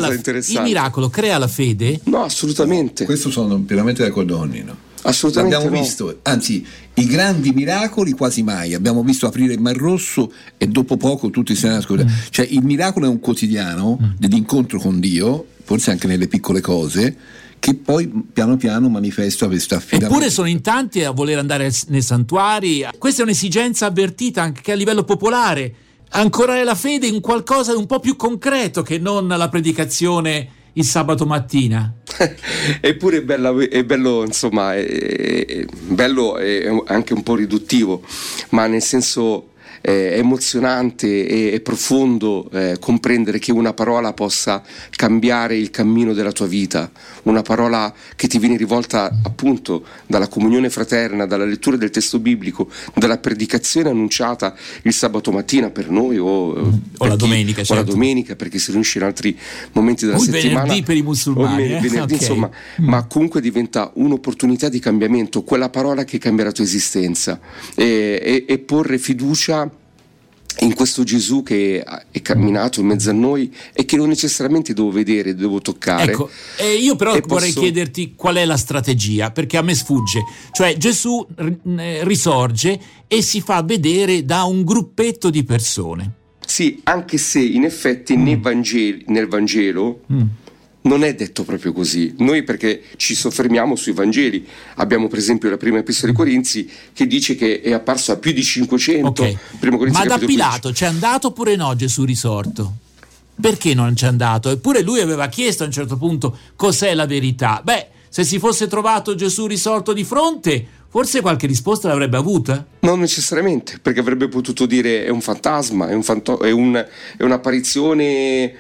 crea la fede? No, assolutamente. Questo sono pienamente d'accordo. Assolutamente l'abbiamo visto, anzi i grandi miracoli quasi mai. Abbiamo visto aprire il Mar Rosso e dopo poco tutti se ne ascoltano. Cioè il miracolo è un quotidiano dell'incontro con Dio, forse anche nelle piccole cose, che poi piano piano manifesta questo affidamento. Eppure sono in tanti a voler andare nei santuari. Questa è un'esigenza avvertita anche a livello popolare, ancorare la fede in qualcosa di un po' più concreto che non la predicazione il sabato mattina. Eppure è bello, insomma, è bello e anche un po' riduttivo, ma nel senso è emozionante e profondo comprendere che una parola possa cambiare il cammino della tua vita, una parola che ti viene rivolta appunto dalla comunione fraterna, dalla lettura del testo biblico, dalla predicazione annunciata il sabato mattina per noi o la domenica, o la domenica perché si riunisce in altri momenti della settimana, venerdì per i musulmani, venerdì, okay. Insomma, ma comunque diventa un'opportunità di cambiamento, quella parola che cambia la tua esistenza, e porre fiducia in questo Gesù che è camminato in mezzo a noi e che non necessariamente devo vedere, devo toccare. Ecco, io però vorrei chiederti qual è la strategia, perché a me sfugge. Cioè Gesù risorge e si fa vedere da un gruppetto di persone. Sì, anche se in effetti nel Vangelo non è detto proprio così. Noi perché ci soffermiamo sui Vangeli, abbiamo per esempio la prima epistola ai Corinzi che dice che è apparso a più di 500. Okay. Ma da Pilato c'è andato oppure no Gesù risorto? Perché non c'è andato? Eppure lui aveva chiesto a un certo punto cos'è la verità. Se si fosse trovato Gesù risorto di fronte, forse qualche risposta l'avrebbe avuta? Non necessariamente, perché avrebbe potuto dire è un fantasma, è un'apparizione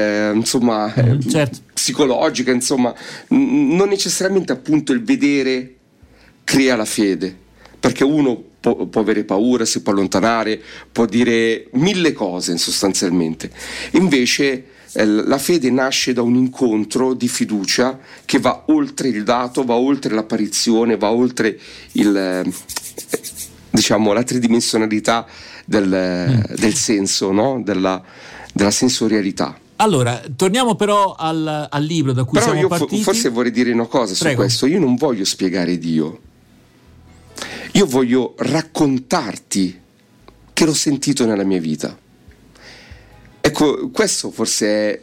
certo. psicologica, insomma, non necessariamente appunto il vedere crea la fede, perché uno può avere paura, si può allontanare, può dire mille cose sostanzialmente. Invece la fede nasce da un incontro di fiducia che va oltre il dato, va oltre l'apparizione, va oltre la tridimensionalità del senso, no? della sensorialità. Allora, torniamo però al libro da cui siamo partiti. Forse vorrei dire una cosa su questo. Io non voglio spiegare Dio, io voglio raccontarti che l'ho sentito nella mia vita. Ecco, questo forse è,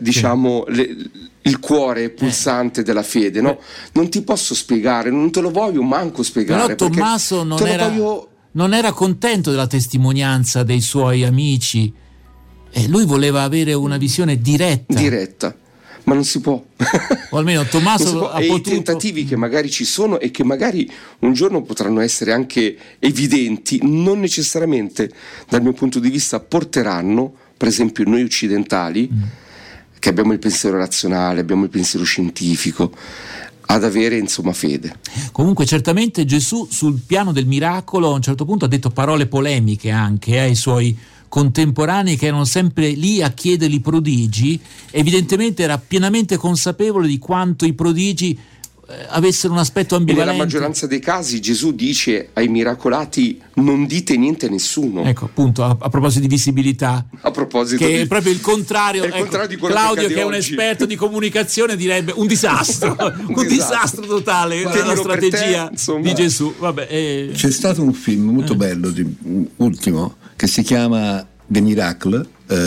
il cuore pulsante della fede, no? Non ti posso spiegare, non te lo voglio manco spiegare. Però Tommaso non era contento della testimonianza dei suoi amici e lui voleva avere una visione diretta. Ma non si può. O almeno Tommaso ha potuto. I tentativi che magari ci sono e che magari un giorno potranno essere anche evidenti, non necessariamente dal mio punto di vista porteranno, per esempio noi occidentali, che abbiamo il pensiero razionale, abbiamo il pensiero scientifico, ad avere fede. Comunque certamente Gesù sul piano del miracolo a un certo punto ha detto parole polemiche anche ai suoi contemporanei che erano sempre lì a chiedergli prodigi. Evidentemente era pienamente consapevole di quanto i prodigi avessero un aspetto ambivalente. E nella maggioranza dei casi Gesù dice ai miracolati non dite niente a nessuno. Ecco, appunto, a proposito di visibilità, che è proprio il contrario, di quello Claudio che è un oggi. Esperto di comunicazione direbbe un disastro un disastro totale la strategia di Gesù. C'è stato un film molto bello ultimo che si chiama The Miracle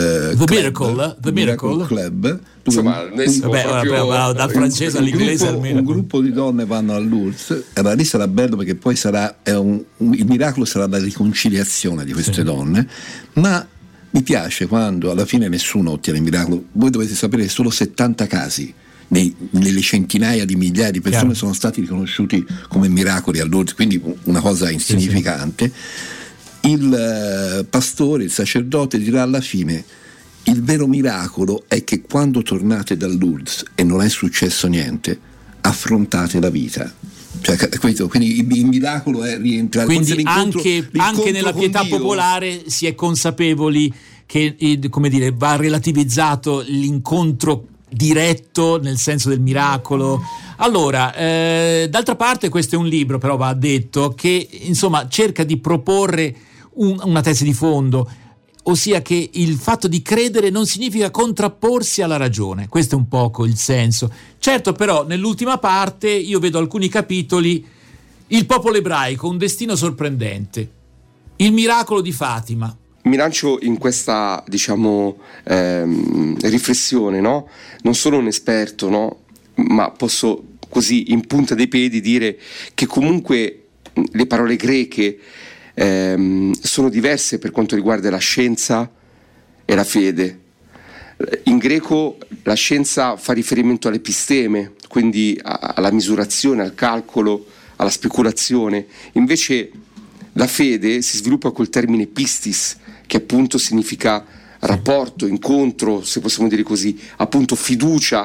Club. Insomma, dal francese all'inglese almeno. Un gruppo di donne vanno a Lourdes. Lì sarà bello perché poi il miracolo sarà la riconciliazione di queste donne. Ma mi piace quando alla fine nessuno ottiene il miracolo. Voi dovete sapere che solo 70 casi nelle centinaia di migliaia di persone sono stati riconosciuti come miracoli a Lourdes, quindi una cosa insignificante. Il pastore, il sacerdote dirà alla fine: il vero miracolo è che quando tornate da Lourdes e non è successo niente, affrontate la vita. Quindi il miracolo è rientrare. Quindi anche nella pietà popolare si è consapevoli che va relativizzato l'incontro diretto nel senso del miracolo. Allora, d'altra parte questo è un libro, però va detto, che cerca di proporre una tesi di fondo, ossia che il fatto di credere non significa contrapporsi alla ragione. Questo è un poco il senso. Certo, però nell'ultima parte io vedo alcuni capitoli: il popolo ebraico, un destino sorprendente, il miracolo di Fatima. Mi lancio in questa riflessione, no? Non sono un esperto, no? Ma posso così in punta dei piedi dire che comunque le parole greche sono diverse per quanto riguarda la scienza e la fede. In greco la scienza fa riferimento all'episteme, quindi alla misurazione, al calcolo, alla speculazione. Invece la fede si sviluppa col termine pistis, che appunto significa rapporto, incontro, se possiamo dire così, appunto fiducia,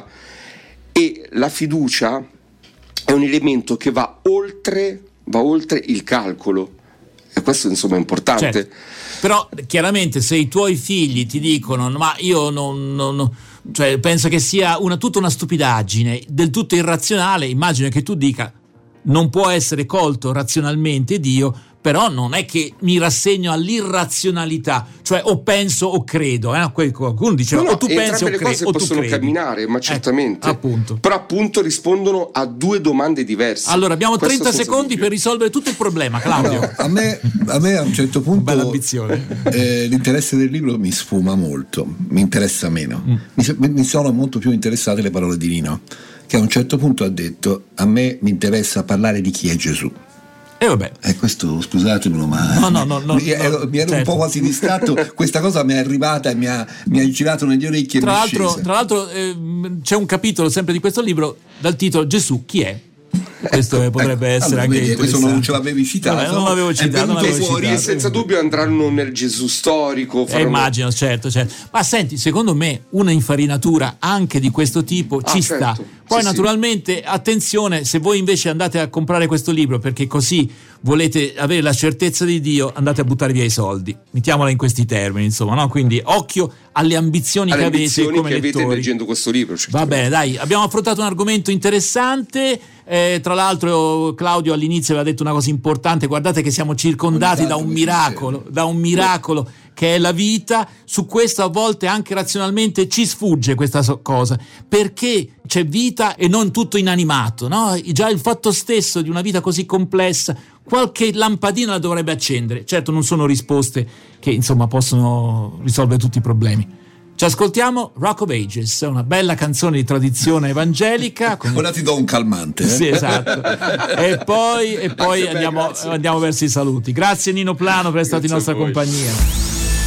e la fiducia è un elemento che va oltre il calcolo, e questo insomma è importante. Certo. Però chiaramente se i tuoi figli ti dicono ma io non cioè penso che sia tutta una stupidaggine, del tutto irrazionale, immagino che tu dica non può essere colto razionalmente Dio, però non è che mi rassegno all'irrazionalità, cioè o penso o credo, qualcuno diceva o tu pensi o credi, le cose o tu possono credi. camminare, ma certamente, appunto. Però appunto rispondono a due domande diverse. Allora abbiamo 30 secondi per risolvere tutto il problema, Claudio. No, a me a un certo punto bella ambizione. L'interesse del libro mi sfuma molto, mi interessa meno. Mi sono molto più interessate le parole di Nino, che a un certo punto ha detto: a me mi interessa parlare di chi è Gesù. E vabbè. Questo scusatemelo, ma mi ero certo. Un po' quasi distratto. Questa cosa mi è arrivata e mi ha girato negli orecchi. Tra l'altro c'è un capitolo sempre di questo libro dal titolo Gesù chi è? Questo potrebbe essere anche interessante. Questo non ce l'avevi citato. Vabbè, non l'avevo citato. Fuori, senza dubbio andranno nel Gesù storico. Immagino, certo. Ma senti, secondo me una infarinatura anche di questo tipo ci sta. Poi naturalmente attenzione, se voi invece andate a comprare questo libro perché così volete avere la certezza di Dio, andate a buttare via i soldi, mettiamola in questi termini, insomma, no? Quindi occhio alle ambizioni che avete come lettori leggendo questo libro. Va bene, dai, abbiamo affrontato un argomento interessante, tra l'altro Claudio all'inizio aveva detto una cosa importante, guardate che siamo circondati da un miracolo che è la vita. Su questo a volte anche razionalmente ci sfugge questa cosa, perché c'è vita e non tutto inanimato, no? Già il fatto stesso di una vita così complessa qualche lampadina la dovrebbe accendere. Certo non sono risposte che insomma possono risolvere tutti i problemi. Ci ascoltiamo Rock of Ages, una bella canzone di tradizione evangelica. Ora ti do un calmante. Sì, esatto. E poi andiamo verso i saluti. Grazie Nino Plano per essere stato in nostra compagnia.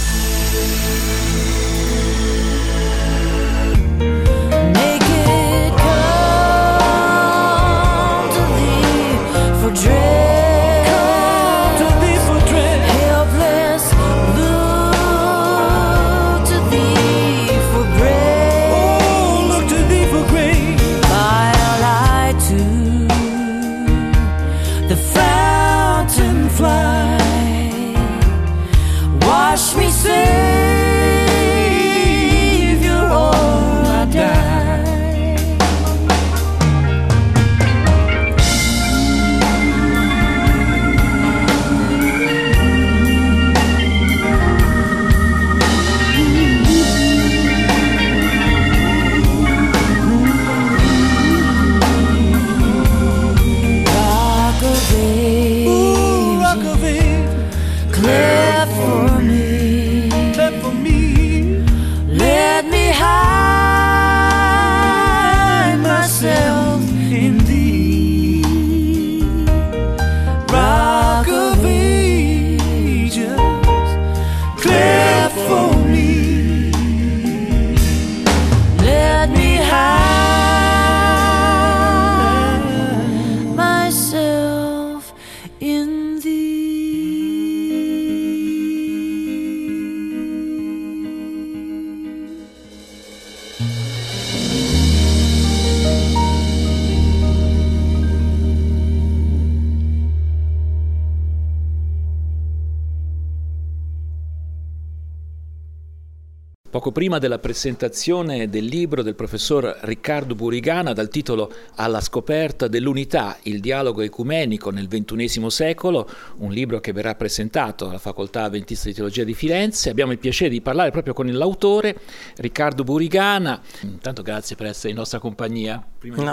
Poco prima della presentazione del libro del professor Riccardo Burigana dal titolo Alla scoperta dell'unità, il dialogo ecumenico nel XXI secolo, un libro che verrà presentato alla Facoltà Adventista di Teologia di Firenze, abbiamo il piacere di parlare proprio con l'autore Riccardo Burigana. Intanto grazie per essere in nostra compagnia.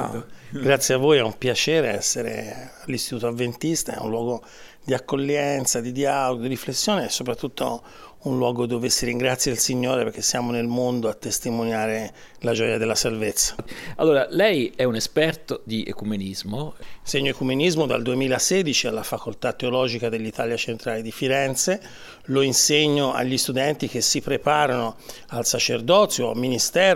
Grazie a voi, è un piacere essere all'Istituto Adventista, è un luogo di accoglienza, di dialogo, di riflessione e soprattutto un luogo dove si ringrazia il Signore perché siamo nel mondo a testimoniare la gioia della salvezza. Allora, lei è un esperto di ecumenismo. Insegno ecumenismo dal 2016 alla Facoltà Teologica dell'Italia Centrale di Firenze, lo insegno agli studenti che si preparano al sacerdozio o al ministero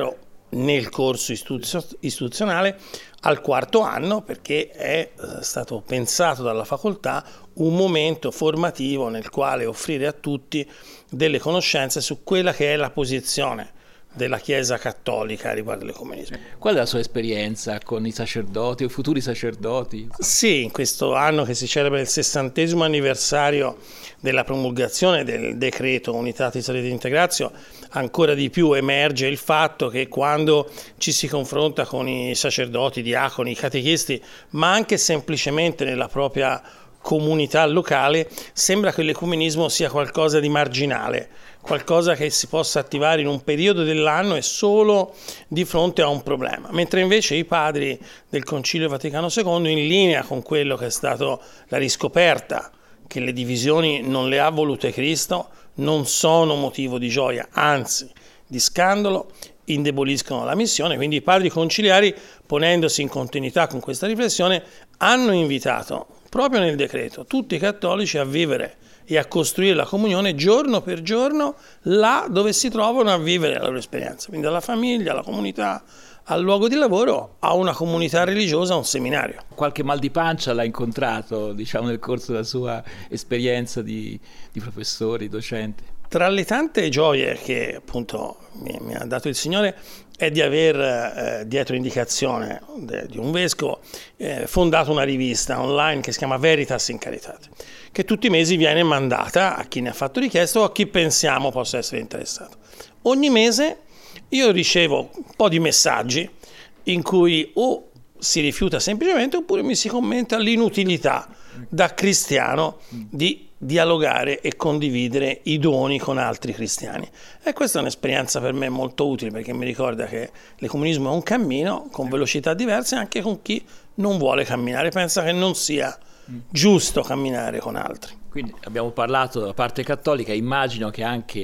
nel corso istituzionale al 4º anno, perché è stato pensato dalla facoltà un momento formativo nel quale offrire a tutti delle conoscenze su quella che è la posizione della Chiesa cattolica riguardo all'ecumenismo. Qual è la sua esperienza con i sacerdoti o futuri sacerdoti? Sì, in questo anno che si celebra il 60° anniversario della promulgazione del decreto Unitatis Redintegratio, ancora di più emerge il fatto che quando ci si confronta con i sacerdoti, i diaconi, i catechisti, ma anche semplicemente nella propria comunità locale, sembra che l'ecumenismo sia qualcosa di marginale, qualcosa che si possa attivare in un periodo dell'anno e solo di fronte a un problema, mentre invece i padri del Concilio Vaticano II, in linea con quello che è stato la riscoperta che le divisioni non le ha volute Cristo, non sono motivo di gioia, anzi di scandalo, indeboliscono la missione. Quindi i padri conciliari, ponendosi in continuità con questa riflessione, hanno invitato proprio nel decreto tutti i cattolici a vivere e a costruire la comunione giorno per giorno là dove si trovano a vivere la loro esperienza, quindi dalla famiglia, alla comunità, al luogo di lavoro, a una comunità religiosa, a un seminario. Qualche mal di pancia l'ha incontrato, diciamo, nel corso della sua esperienza di professore, di docente? Tra le tante gioie che appunto mi ha dato il Signore è di aver, dietro indicazione di un vescovo, fondato una rivista online che si chiama Veritas in Caritate, che tutti i mesi viene mandata a chi ne ha fatto richiesta o a chi pensiamo possa essere interessato. Ogni mese io ricevo un po' di messaggi in cui o si rifiuta semplicemente oppure mi si commenta l'inutilità da cristiano di dialogare e condividere i doni con altri cristiani. E questa è un'esperienza per me molto utile, perché mi ricorda che l'ecumenismo è un cammino con velocità diverse anche con chi non vuole camminare, pensa che non sia giusto camminare con altri. Quindi abbiamo parlato della parte cattolica, immagino che anche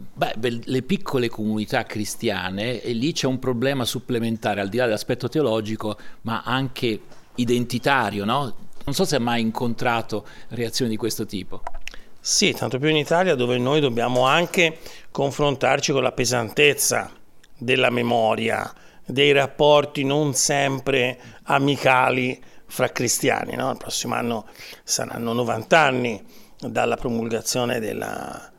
le piccole comunità cristiane, e lì c'è un problema supplementare al di là dell'aspetto teologico, ma anche identitario, no? Non so se ha mai incontrato reazioni di questo tipo. Sì, tanto più in Italia, dove noi dobbiamo anche confrontarci con la pesantezza della memoria, dei rapporti non sempre amicali fra cristiani, no? Il prossimo anno saranno 90 anni dalla promulgazione della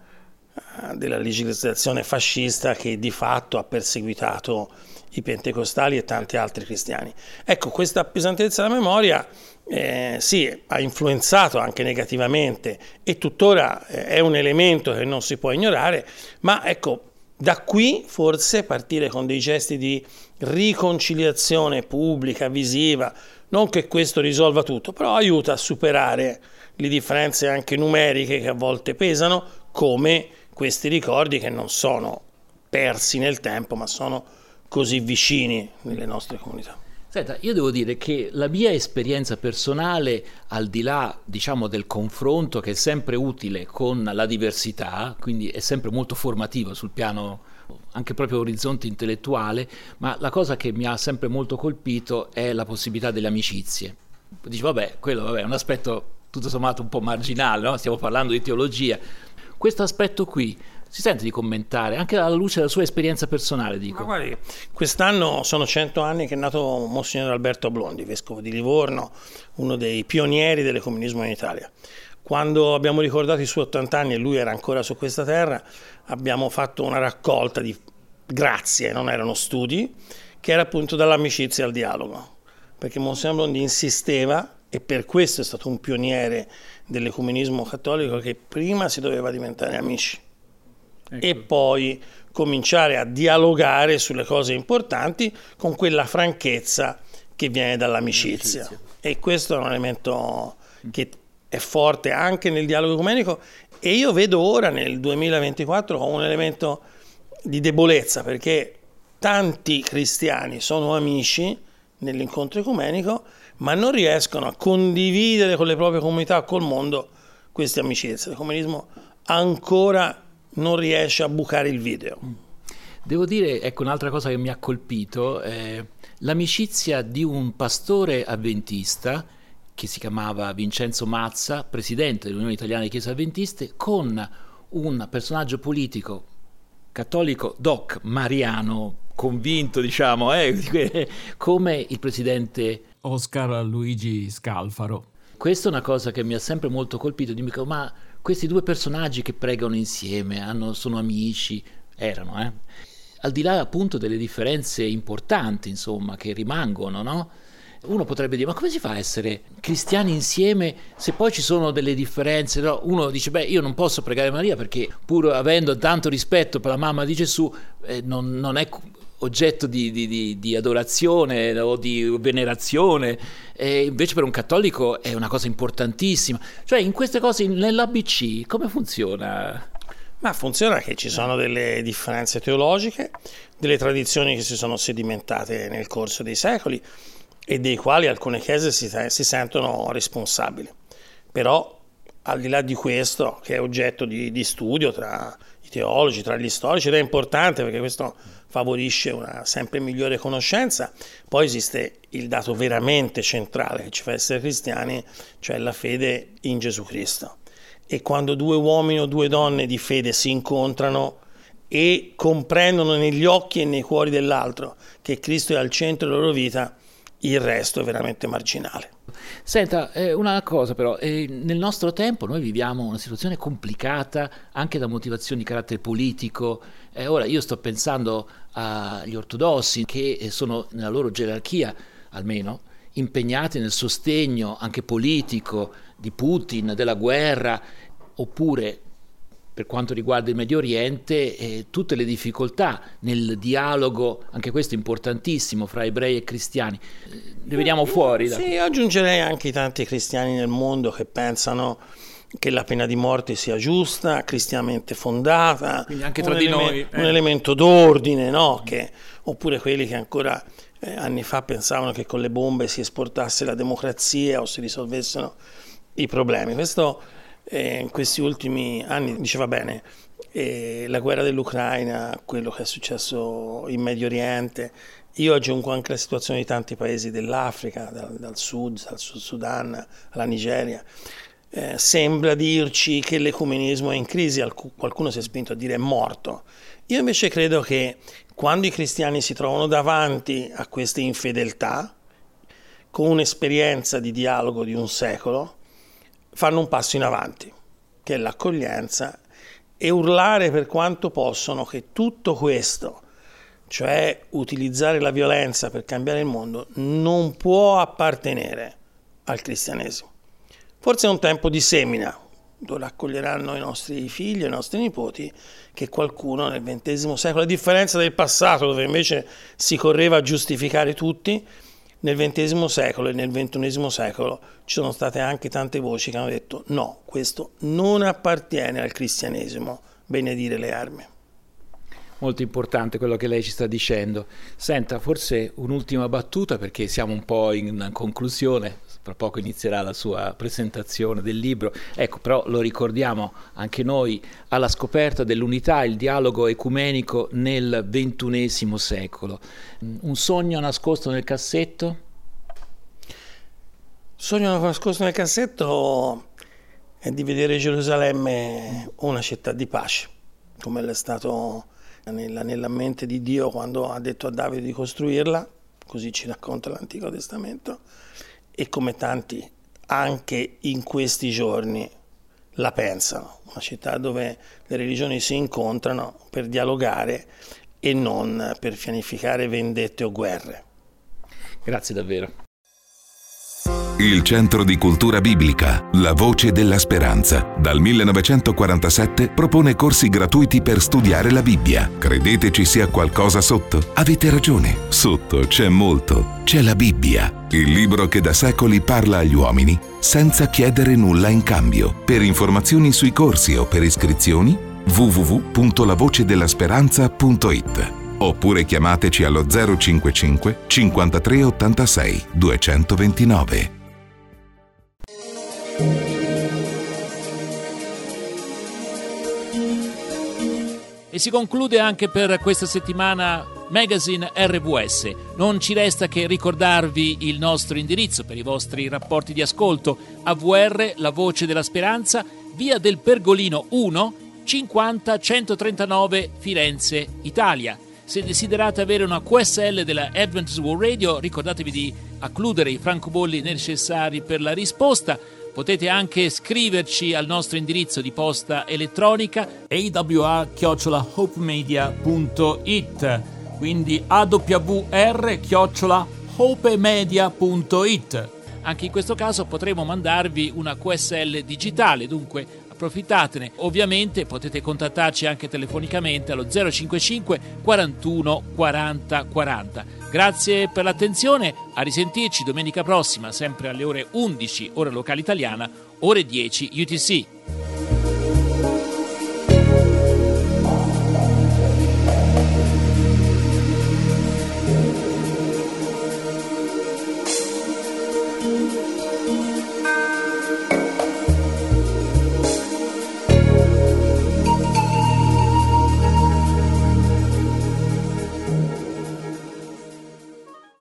legislazione fascista che di fatto ha perseguitato i pentecostali e tanti altri cristiani. Ecco, questa pesantezza della memoria sì, ha influenzato anche negativamente e tuttora è un elemento che non si può ignorare, ma ecco, da qui forse partire con dei gesti di riconciliazione pubblica, visiva, non che questo risolva tutto, però aiuta a superare le differenze anche numeriche che a volte pesano, come questi ricordi che non sono persi nel tempo, ma sono così vicini nelle nostre comunità. Senta, io devo dire che la mia esperienza personale, al di là, diciamo, del confronto che è sempre utile con la diversità, quindi è sempre molto formativa sul piano anche proprio orizzonte intellettuale, ma la cosa che mi ha sempre molto colpito è la possibilità delle amicizie. Dice, quello è un aspetto tutto sommato un po' marginale, no? Stiamo parlando di teologia. Questo aspetto qui si sente di commentare, anche alla luce della sua esperienza personale, dico. Ma guardi, quest'anno sono 100 anni che è nato Monsignor Alberto Blondi, vescovo di Livorno, uno dei pionieri dell'ecumenismo in Italia. Quando abbiamo ricordato i suoi 80 anni e lui era ancora su questa terra, abbiamo fatto una raccolta di grazie, non erano studi, che era appunto dall'amicizia al dialogo, perché Monsignor Blondi insisteva, e per questo è stato un pioniere dell'ecumenismo cattolico, che prima si doveva diventare amici. Ecco. E poi cominciare a dialogare sulle cose importanti con quella franchezza che viene dall'amicizia. E questo è un elemento che è forte anche nel dialogo ecumenico, e io vedo ora nel 2024 come un elemento di debolezza, perché tanti cristiani sono amici nell'incontro ecumenico ma non riescono a condividere con le proprie comunità, col mondo, queste amicizie. L'ecumenismo ancora non riesce a bucare il video. Devo dire, ecco, un'altra cosa che mi ha colpito è l'amicizia di un pastore avventista che si chiamava Vincenzo Mazza, presidente dell'Unione Italiana di Chiese Avventiste, con un personaggio politico cattolico, Doc Mariano, convinto, diciamo, come il presidente Oscar Luigi Scalfaro. Questa è una cosa che mi ha sempre molto colpito. Dico, ma questi due personaggi che pregano insieme, sono amici, erano, al di là appunto delle differenze importanti, insomma, che rimangono, no? Uno potrebbe dire, ma come si fa a essere cristiani insieme se poi ci sono delle differenze? No? Uno dice, io non posso pregare Maria perché pur avendo tanto rispetto per la mamma di Gesù, non è oggetto di adorazione o di venerazione, e invece per un cattolico è una cosa importantissima. Cioè, in queste cose, nell'ABC, come funziona? Ma funziona che ci sono delle differenze teologiche, delle tradizioni che si sono sedimentate nel corso dei secoli e dei quali alcune chiese si sentono responsabili. Però, al di là di questo, che è oggetto di studio tra i teologi, tra gli storici, ed è importante perché questo favorisce una sempre migliore conoscenza, poi esiste il dato veramente centrale che ci fa essere cristiani, cioè la fede in Gesù Cristo. E quando due uomini o due donne di fede si incontrano e comprendono negli occhi e nei cuori dell'altro che Cristo è al centro della loro vita, il resto è veramente marginale. Senta, una cosa però, nel nostro tempo noi viviamo una situazione complicata anche da motivazioni di carattere politico. Ora io sto pensando agli ortodossi che sono nella loro gerarchia, almeno, impegnati nel sostegno anche politico di Putin, della guerra, oppure per quanto riguarda il Medio Oriente, tutte le difficoltà nel dialogo, anche questo importantissimo, fra ebrei e cristiani. Ne veniamo fuori. Sì, aggiungerei anche i tanti cristiani nel mondo che pensano che la pena di morte sia giusta, cristianamente fondata, quindi anche tra di noi, un elemento d'ordine, no? Oppure quelli che ancora anni fa pensavano che con le bombe si esportasse la democrazia o si risolvessero i problemi. Questo in questi ultimi anni diceva bene, la guerra dell'Ucraina, quello che è successo in Medio Oriente, io aggiungo anche la situazione di tanti paesi dell'Africa, dal Sud Sudan alla Nigeria, sembra dirci che l'ecumenismo è in crisi, qualcuno si è spinto a dire è morto. Io invece credo che quando i cristiani si trovano davanti a queste infedeltà, con un'esperienza di dialogo di un secolo, fanno un passo in avanti, che è l'accoglienza, e urlare per quanto possono che tutto questo, cioè utilizzare la violenza per cambiare il mondo, non può appartenere al cristianesimo. Forse è un tempo di semina, dove accoglieranno i nostri figli e i nostri nipoti, che qualcuno nel XX secolo, a differenza del passato dove invece si correva a giustificare tutti, nel XX secolo e nel XXI secolo ci sono state anche tante voci che hanno detto no, questo non appartiene al cristianesimo, benedire le armi. Molto importante quello che lei ci sta dicendo. Senta, forse un'ultima battuta perché siamo un po' in conclusione, tra poco inizierà la sua presentazione del libro. Ecco, però lo ricordiamo anche noi, alla scoperta dell'unità, il dialogo ecumenico nel XXI secolo. Un sogno nascosto nel cassetto? Sogno nascosto nel cassetto è di vedere Gerusalemme una città di pace, come l'è stato nella mente di Dio quando ha detto a Davide di costruirla, così ci racconta l'Antico Testamento, e come tanti anche in questi giorni la pensano, una città dove le religioni si incontrano per dialogare e non per pianificare vendette o guerre. Grazie davvero. Il Centro di Cultura Biblica, La Voce della Speranza, dal 1947 propone corsi gratuiti per studiare la Bibbia. Credete ci sia qualcosa sotto? Avete ragione, sotto c'è molto. C'è la Bibbia, il libro che da secoli parla agli uomini senza chiedere nulla in cambio. Per informazioni sui corsi o per iscrizioni, www.lavocedellasperanza.it oppure chiamateci allo 055 53 86 229. E si conclude anche per questa settimana Magazine RWS. Non ci resta che ricordarvi il nostro indirizzo per i vostri rapporti di ascolto: AVR, La Voce della Speranza, via del Pergolino 1, 50 139 Firenze, Italia. Se desiderate avere una QSL della Adventist World Radio, ricordatevi di accludere i francobolli necessari per la risposta. Potete anche scriverci al nostro indirizzo di posta elettronica awr@hopemedia.it, quindi awr@hopemedia.it. Anche in questo caso potremo mandarvi una QSL digitale, dunque approfittatene. Ovviamente potete contattarci anche telefonicamente allo 055 41 40 40. Grazie per l'attenzione, a risentirci domenica prossima, sempre alle ore 11, ora locale italiana, ore 10 UTC.